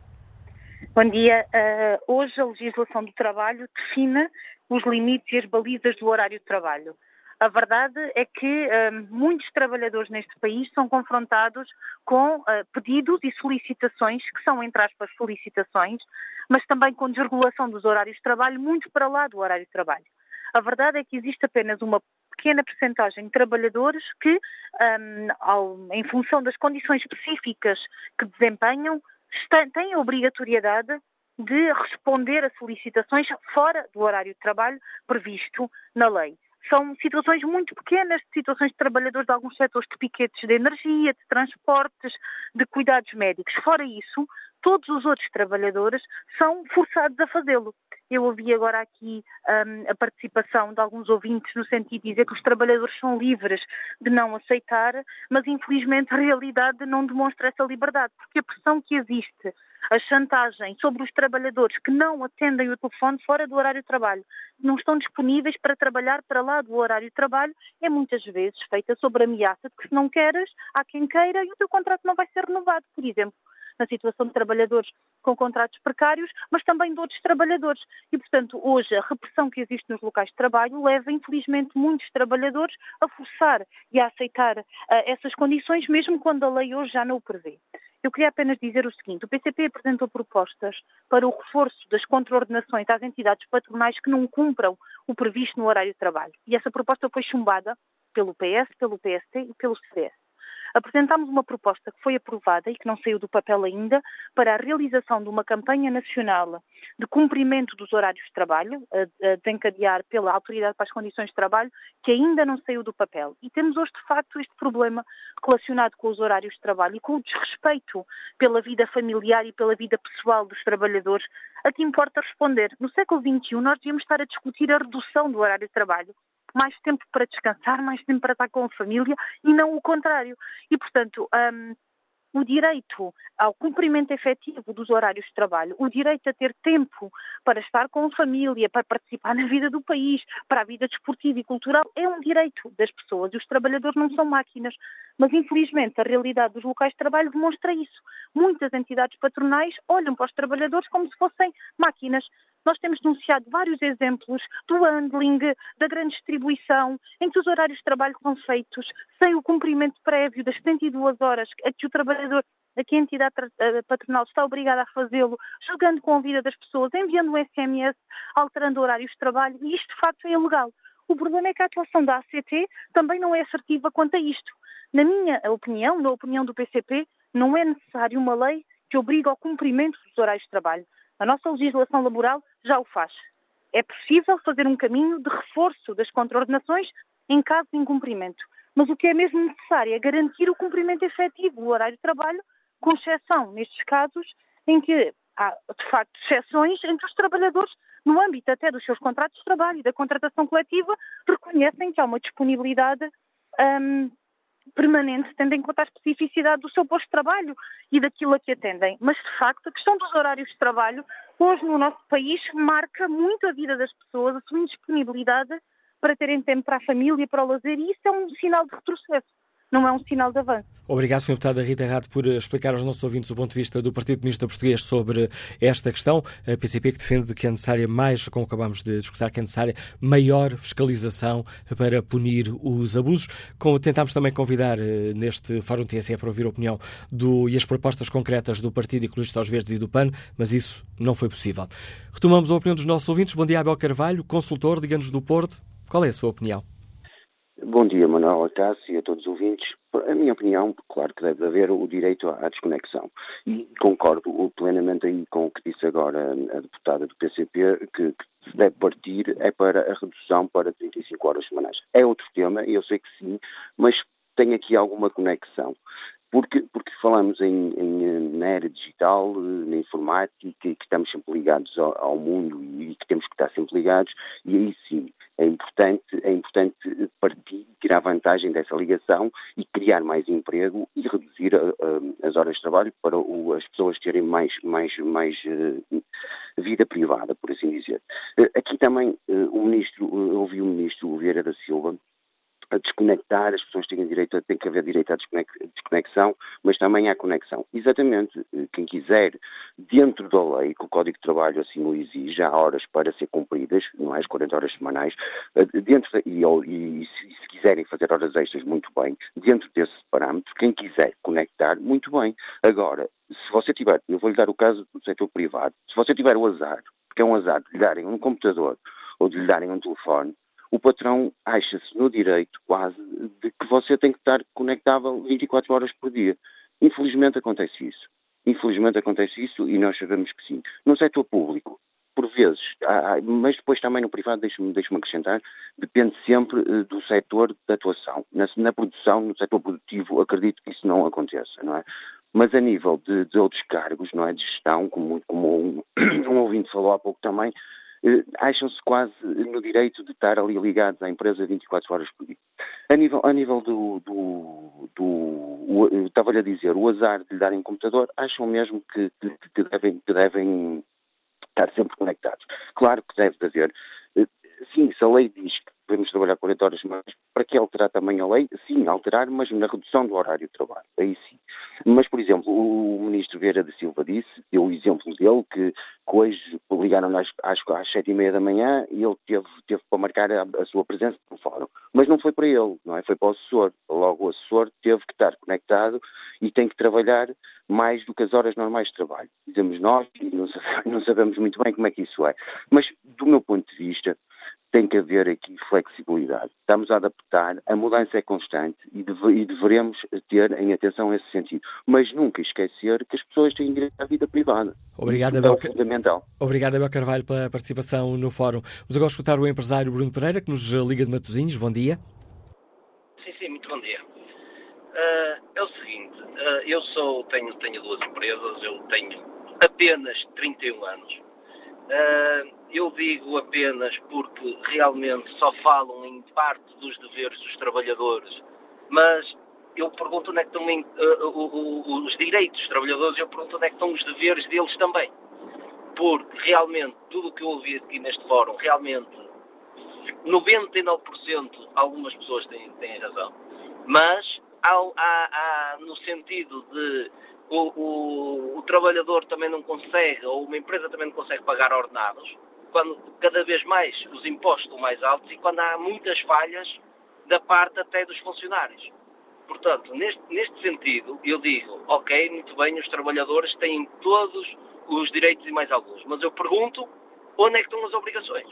Bom dia. Uh, hoje a legislação do trabalho define os limites e as balizas do horário de trabalho. A verdade é que uh, muitos trabalhadores neste país são confrontados com uh, pedidos e solicitações, que são, entre aspas, solicitações, mas também com desregulação dos horários de trabalho muito para lá do horário de trabalho. A verdade é que existe apenas uma pequena percentagem de trabalhadores que, um, ao, em função das condições específicas que desempenham, está, têm a obrigatoriedade de responder a solicitações fora do horário de trabalho previsto na lei. São situações muito pequenas, de situações de trabalhadores de alguns setores de piquetes de energia, de transportes, de cuidados médicos. Fora isso, todos os outros trabalhadores são forçados a fazê-lo. Eu ouvi agora aqui um, a participação de alguns ouvintes no sentido de dizer que os trabalhadores são livres de não aceitar, mas infelizmente a realidade não demonstra essa liberdade, porque a pressão que existe, a chantagem sobre os trabalhadores que não atendem o telefone fora do horário de trabalho, não estão disponíveis para trabalhar para lá do horário de trabalho, é muitas vezes feita sobre a ameaça de que se não queres, há quem queira e o teu contrato não vai ser renovado, por exemplo, na situação de trabalhadores com contratos precários, mas também de outros trabalhadores. E, portanto, hoje a repressão que existe nos locais de trabalho leva, infelizmente, muitos trabalhadores a forçar e a aceitar uh, essas condições, mesmo quando a lei hoje já não o prevê. Eu queria apenas dizer o seguinte: o P C P apresentou propostas para o reforço das contraordenações às entidades patronais que não cumpram o previsto no horário de trabalho. E essa proposta foi chumbada pelo P S, pelo P S T e pelo C D S. Apresentámos uma proposta que foi aprovada e que não saiu do papel ainda para a realização de uma campanha nacional de cumprimento dos horários de trabalho, a desencadear pela Autoridade para as Condições de Trabalho, que ainda não saiu do papel. E temos hoje, de facto, este problema relacionado com os horários de trabalho e com o desrespeito pela vida familiar e pela vida pessoal dos trabalhadores, a que importa responder. No século vinte e um, nós devíamos estar a discutir a redução do horário de trabalho. Mais tempo para descansar, mais tempo para estar com a família e não o contrário. E, portanto, um, o direito ao cumprimento efetivo dos horários de trabalho, o direito a ter tempo para estar com a família, para participar na vida do país, para a vida desportiva e cultural, é um direito das pessoas. E os trabalhadores não são máquinas. Mas, infelizmente, a realidade dos locais de trabalho demonstra isso. Muitas entidades patronais olham para os trabalhadores como se fossem máquinas. Nós temos denunciado vários exemplos do handling, da grande distribuição, em que os horários de trabalho são feitos sem o cumprimento prévio das setenta e duas horas a que o trabalhador, a que a entidade patronal está obrigada a fazê-lo, jogando com a vida das pessoas, enviando um S M S, alterando horários de trabalho, e isto de facto é ilegal. O problema é que a atuação da A C T também não é assertiva quanto a isto. Na minha opinião, na opinião do P C P, não é necessário uma lei que obrigue ao cumprimento dos horários de trabalho. A nossa legislação laboral já o faz. É possível fazer um caminho de reforço das contraordenações em caso de incumprimento. Mas o que é mesmo necessário é garantir o cumprimento efetivo do horário de trabalho, com exceção, nestes casos, em que há, de facto, exceções em que os trabalhadores, no âmbito até dos seus contratos de trabalho e da contratação coletiva, reconhecem que há uma disponibilidade hum, permanente, tendo em conta a especificidade do seu posto de trabalho e daquilo a que atendem. Mas, de facto, a questão dos horários de trabalho, hoje no nosso país, marca muito a vida das pessoas, a sua indisponibilidade para terem tempo para a família, para o lazer, e isso é um sinal de retrocesso, não é um sinal de avanço. Obrigado, senhora Deputada Rita Rato, por explicar aos nossos ouvintes o ponto de vista do Partido Comunista Português sobre esta questão. A P C P que defende que é necessária mais, como acabamos de discutir, que é necessária maior fiscalização para punir os abusos. Tentámos também convidar neste Fórum T S E para ouvir a opinião do, e as propostas concretas do Partido Ecologista aos Verdes e do P A N, mas isso não foi possível. Retomamos a opinião dos nossos ouvintes. Bom dia, Abel Carvalho, consultor, Liga-nos do Porto. Qual é a sua opinião? Bom dia, Manuel Acácio e a todos os ouvintes. A minha opinião, claro que deve haver o direito à desconexão. E concordo plenamente aí com o que disse agora a deputada do P C P, que, que se deve partir é para a redução para trinta e cinco horas semanais. É outro tema, eu sei que sim, mas tem aqui alguma conexão. Porque, porque falamos em, em, na era digital, na informática, e que estamos sempre ligados ao, ao mundo e que temos que estar sempre ligados, e aí sim é importante, é importante partir, tirar vantagem dessa ligação e criar mais emprego e reduzir a, a, as horas de trabalho para o, as pessoas terem mais, mais, mais uh, vida privada, por assim dizer. Uh, aqui também uh, o ministro, uh, ouvi o ministro Vieira da Silva a desconectar, as pessoas têm direito, tem que haver direito à desconexão, mas também à conexão. Exatamente, quem quiser, dentro da lei, que o Código de Trabalho assim o exige, há horas para ser cumpridas, não é, as quarenta horas semanais, dentro de, e, e, e se, se quiserem fazer horas extras, muito bem, dentro desse parâmetro, quem quiser conectar, muito bem. Agora, se você tiver, eu vou-lhe dar o caso do setor privado, se você tiver o azar, porque é um azar de lhe darem um computador ou de lhe darem um telefone, o patrão acha-se no direito quase de que você tem que estar conectável vinte e quatro horas por dia. Infelizmente acontece isso. Infelizmente acontece isso e nós sabemos que sim. No setor público, por vezes, há, mas depois também no privado, deixe-me, deixe-me acrescentar, depende sempre uh, do setor de atuação. Na, na produção, no setor produtivo, acredito que isso não aconteça, não é? Mas a nível de, de outros cargos, não é, de gestão, como, como um, um ouvinte falou há pouco também, Uh, acham-se quase no direito de estar ali ligados à empresa vinte e quatro horas por dia. A nível, a nível do, do, do o, eu estava-lhe a dizer, o azar de lhe darem um computador, acham mesmo que, que, que, devem, que devem estar sempre conectados. Claro que deve haver. Uh, sim, se a lei diz que devemos trabalhar quarenta horas mais, para que alterar também a lei? Sim, alterar, mas na redução do horário de trabalho. Aí sim. Mas, por exemplo, o ministro Vieira da Silva disse, deu o exemplo dele, que, que hoje ligaram às, às, às sete e meia da manhã e ele teve, teve para marcar a, a sua presença no fórum. Mas não foi para ele, não é? Foi para o assessor. Logo o assessor teve que estar conectado e tem que trabalhar mais do que as horas normais de trabalho. Dizemos nós e não sabemos, não sabemos muito bem como é que isso é. Mas, do meu ponto de vista, tem que haver aqui flexibilidade. Estamos a adaptar, a mudança é constante e, deve, e deveremos ter em atenção esse sentido. Mas nunca esquecer que as pessoas têm direito à vida privada. Obrigado, Abel, é fundamental. Obrigado, Abel Carvalho, pela participação no fórum. Vamos agora escutar o empresário Bruno Pereira, que nos liga de Matosinhos. Bom dia. Sim, sim, muito bom dia. Uh, é o seguinte, uh, eu sou, tenho, tenho duas empresas, eu tenho apenas trinta e um anos. Uh, eu digo apenas porque realmente só falam em parte dos deveres dos trabalhadores, mas eu pergunto onde é que estão em, uh, uh, uh, os direitos dos trabalhadores, eu pergunto onde é que estão os deveres deles também. Porque realmente, tudo o que eu ouvi aqui neste fórum, realmente, noventa e nove por cento algumas pessoas têm, têm razão. Mas, há, há, há no sentido de O, o, o trabalhador também não consegue, ou uma empresa também não consegue pagar ordenados, quando cada vez mais os impostos estão mais altos e quando há muitas falhas da parte até dos funcionários. Portanto, neste, neste sentido, eu digo, ok, muito bem, os trabalhadores têm todos os direitos e mais alguns, mas eu pergunto, onde é que estão as obrigações?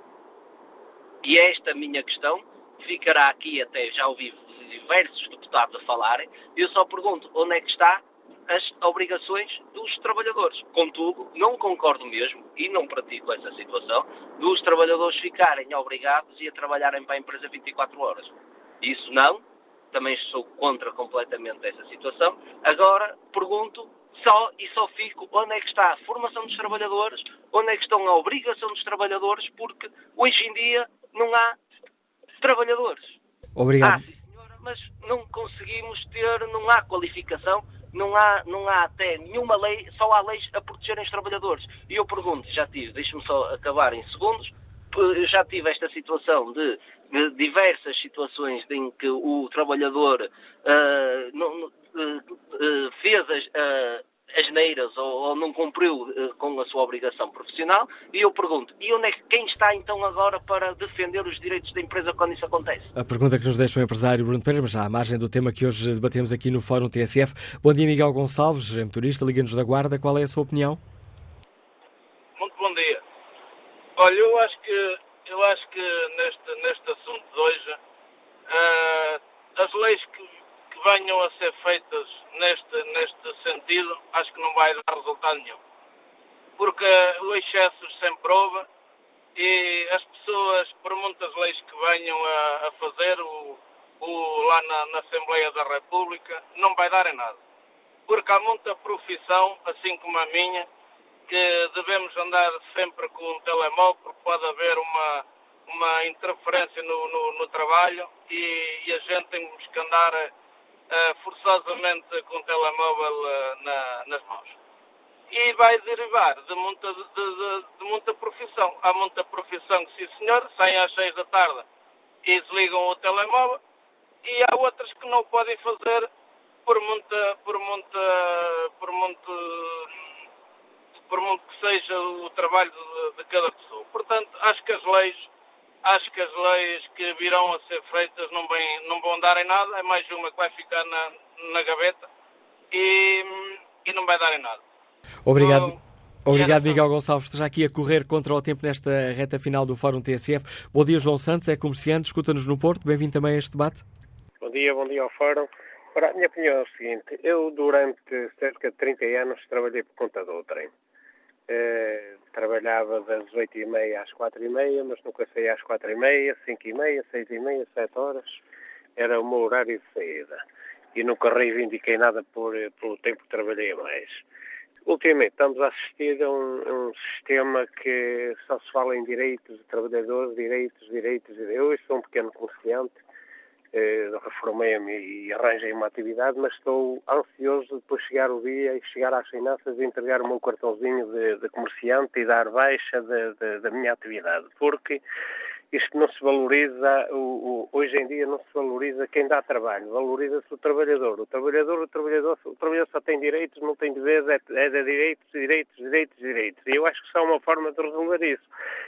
E esta minha questão ficará aqui até, já ouvi diversos deputados a falarem, eu só pergunto, onde é que está as obrigações dos trabalhadores. Contudo, não concordo mesmo, e não pratico essa situação, dos trabalhadores ficarem obrigados e a trabalharem para a empresa vinte e quatro horas. Isso não, também sou contra completamente essa situação. Agora, pergunto, só e só fico, onde é que está a formação dos trabalhadores, onde é que estão a obrigação dos trabalhadores, porque hoje em dia não há trabalhadores. Obrigado. Ah, sim, senhora, mas não conseguimos ter, não há qualificação, não há, não há até nenhuma lei, só há leis a protegerem os trabalhadores. E eu pergunto, já tive, deixe-me só acabar em segundos, eu já tive esta situação de, de diversas situações em que o trabalhador uh, não, uh, uh, fez as, uh, asneiras ou, ou não cumpriu uh, com a sua obrigação profissional, e eu pergunto, e onde é que, quem está então agora para defender os direitos da empresa quando isso acontece? A pergunta que nos deixa o empresário Bruno Pereira, mas já à margem do tema que hoje debatemos aqui no Fórum T S F. Bom dia, Miguel Gonçalves, motorista, Liga-nos da Guarda, qual é a sua opinião? Muito bom dia. Olha, eu acho que, eu acho que neste, neste assunto de hoje, uh, as leis que, que venham a ser feitas neste, neste sentido, acho que não vai dar resultado nenhum. Porque o excesso sem prova e as pessoas, por muitas leis que venham a, a fazer o, o, lá na, na Assembleia da República, não vai dar em nada. Porque há muita profissão, assim como a minha, que devemos andar sempre com um telemóvel, porque pode haver uma, uma interferência no, no, no trabalho e, e a gente tem que andar uh, forçosamente com o telemóvel uh, na, nas mãos. E vai derivar de muita, de, de, de muita profissão. Há muita profissão que, sim senhor, saem às seis da tarde e desligam o telemóvel, e há outras que não podem fazer por muita, por muita, por muito... por muito que seja o trabalho de, de cada pessoa. Portanto, acho que as leis, acho que as leis que virão a ser feitas não, bem, não vão dar em nada, é mais uma que vai ficar na, na gaveta e, e não vai dar em nada. Obrigado. Então, Obrigado, Miguel Gonçalves. Esteja aqui a correr contra o tempo nesta reta final do Fórum T S F. Bom dia, João Santos, é comerciante, escuta-nos no Porto. Bem-vindo também a este debate. Bom dia, bom dia ao Fórum. Ora, a minha opinião é o seguinte, eu durante cerca de trinta anos trabalhei por conta do trem. Uh, trabalhava das oito e meia às quatro e meia, mas nunca saía às quatro e meia, cinco e meia, seis e meia, sete horas. Era o meu horário de saída. E nunca reivindiquei nada por, pelo tempo que trabalhei mais. Ultimamente estamos a assistir a um, a um sistema que só se fala em direitos de trabalhadores, direitos, direitos, direitos. Eu sou um pequeno comerciante, Uh, reformei-me e arranjei uma atividade, mas estou ansioso depois chegar o dia e chegar às finanças e entregar o meu cartãozinho de, de comerciante e dar baixa de, de, da minha atividade, porque isto não se valoriza, o, o, hoje em dia não se valoriza quem dá trabalho, valoriza-se o trabalhador. O trabalhador, o trabalhador, o trabalhador só tem direitos, não tem deveres, é, é de direitos, direitos, direitos, direitos. E eu acho que só uma forma de resolver isso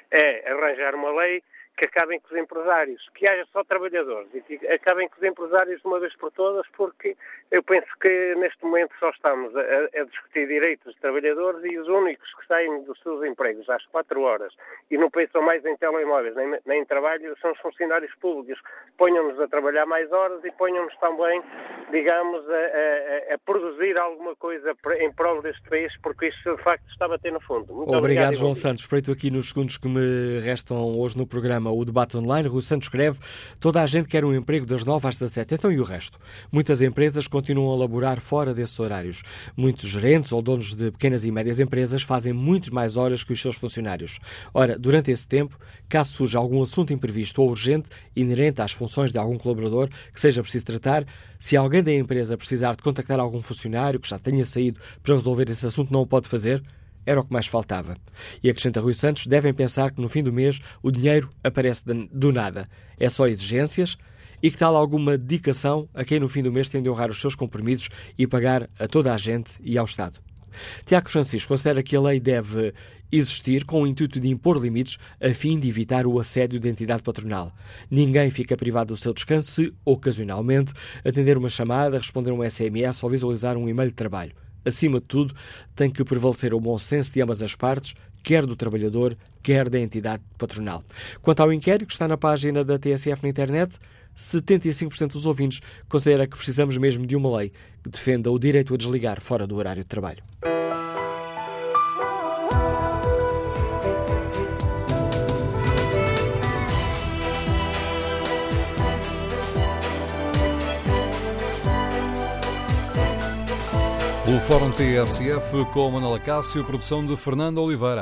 é arranjar uma lei que acabem com os empresários, que haja só trabalhadores e que acabem com os empresários de uma vez por todas, porque eu penso que neste momento só estamos a, a discutir direitos de trabalhadores e os únicos que saem dos seus empregos às quatro horas e não pensam mais em telemóveis nem, nem em trabalho são os funcionários públicos. Ponham-nos a trabalhar mais horas e ponham-nos também, digamos, a, a, a produzir alguma coisa em prol deste país, porque isto de facto está a bater no fundo. Muito obrigado, obrigado João Santos. Espreito aqui nos segundos que me restam hoje no programa o debate online. Rui Santos escreve: toda a gente quer um emprego das nove às dezassete. Então e o resto? Muitas empresas continuam a laborar fora desses horários. Muitos gerentes ou donos de pequenas e médias empresas fazem muitas mais horas que os seus funcionários. Ora, durante esse tempo, caso surja algum assunto imprevisto ou urgente, inerente às funções de algum colaborador que seja preciso tratar, se alguém da empresa precisar de contactar algum funcionário que já tenha saído para resolver esse assunto, não o pode fazer? Era o que mais faltava. E acrescenta Rui Santos, devem pensar que no fim do mês o dinheiro aparece do nada. É só exigências e que tal alguma dedicação a quem no fim do mês tem de honrar os seus compromissos e pagar a toda a gente e ao Estado. Tiago Francisco considera que a lei deve existir com o intuito de impor limites a fim de evitar o assédio da entidade patronal. Ninguém fica privado do seu descanso se, ocasionalmente, atender uma chamada, responder um S M S ou visualizar um e-mail de trabalho. Acima de tudo, tem que prevalecer o bom senso de ambas as partes, quer do trabalhador, quer da entidade patronal. Quanto ao inquérito que está na página da T S F na internet, setenta e cinco por cento dos ouvintes considera que precisamos mesmo de uma lei que defenda o direito a desligar fora do horário de trabalho. O Fórum T S F com Manuela Cássio, produção de Fernando Oliveira.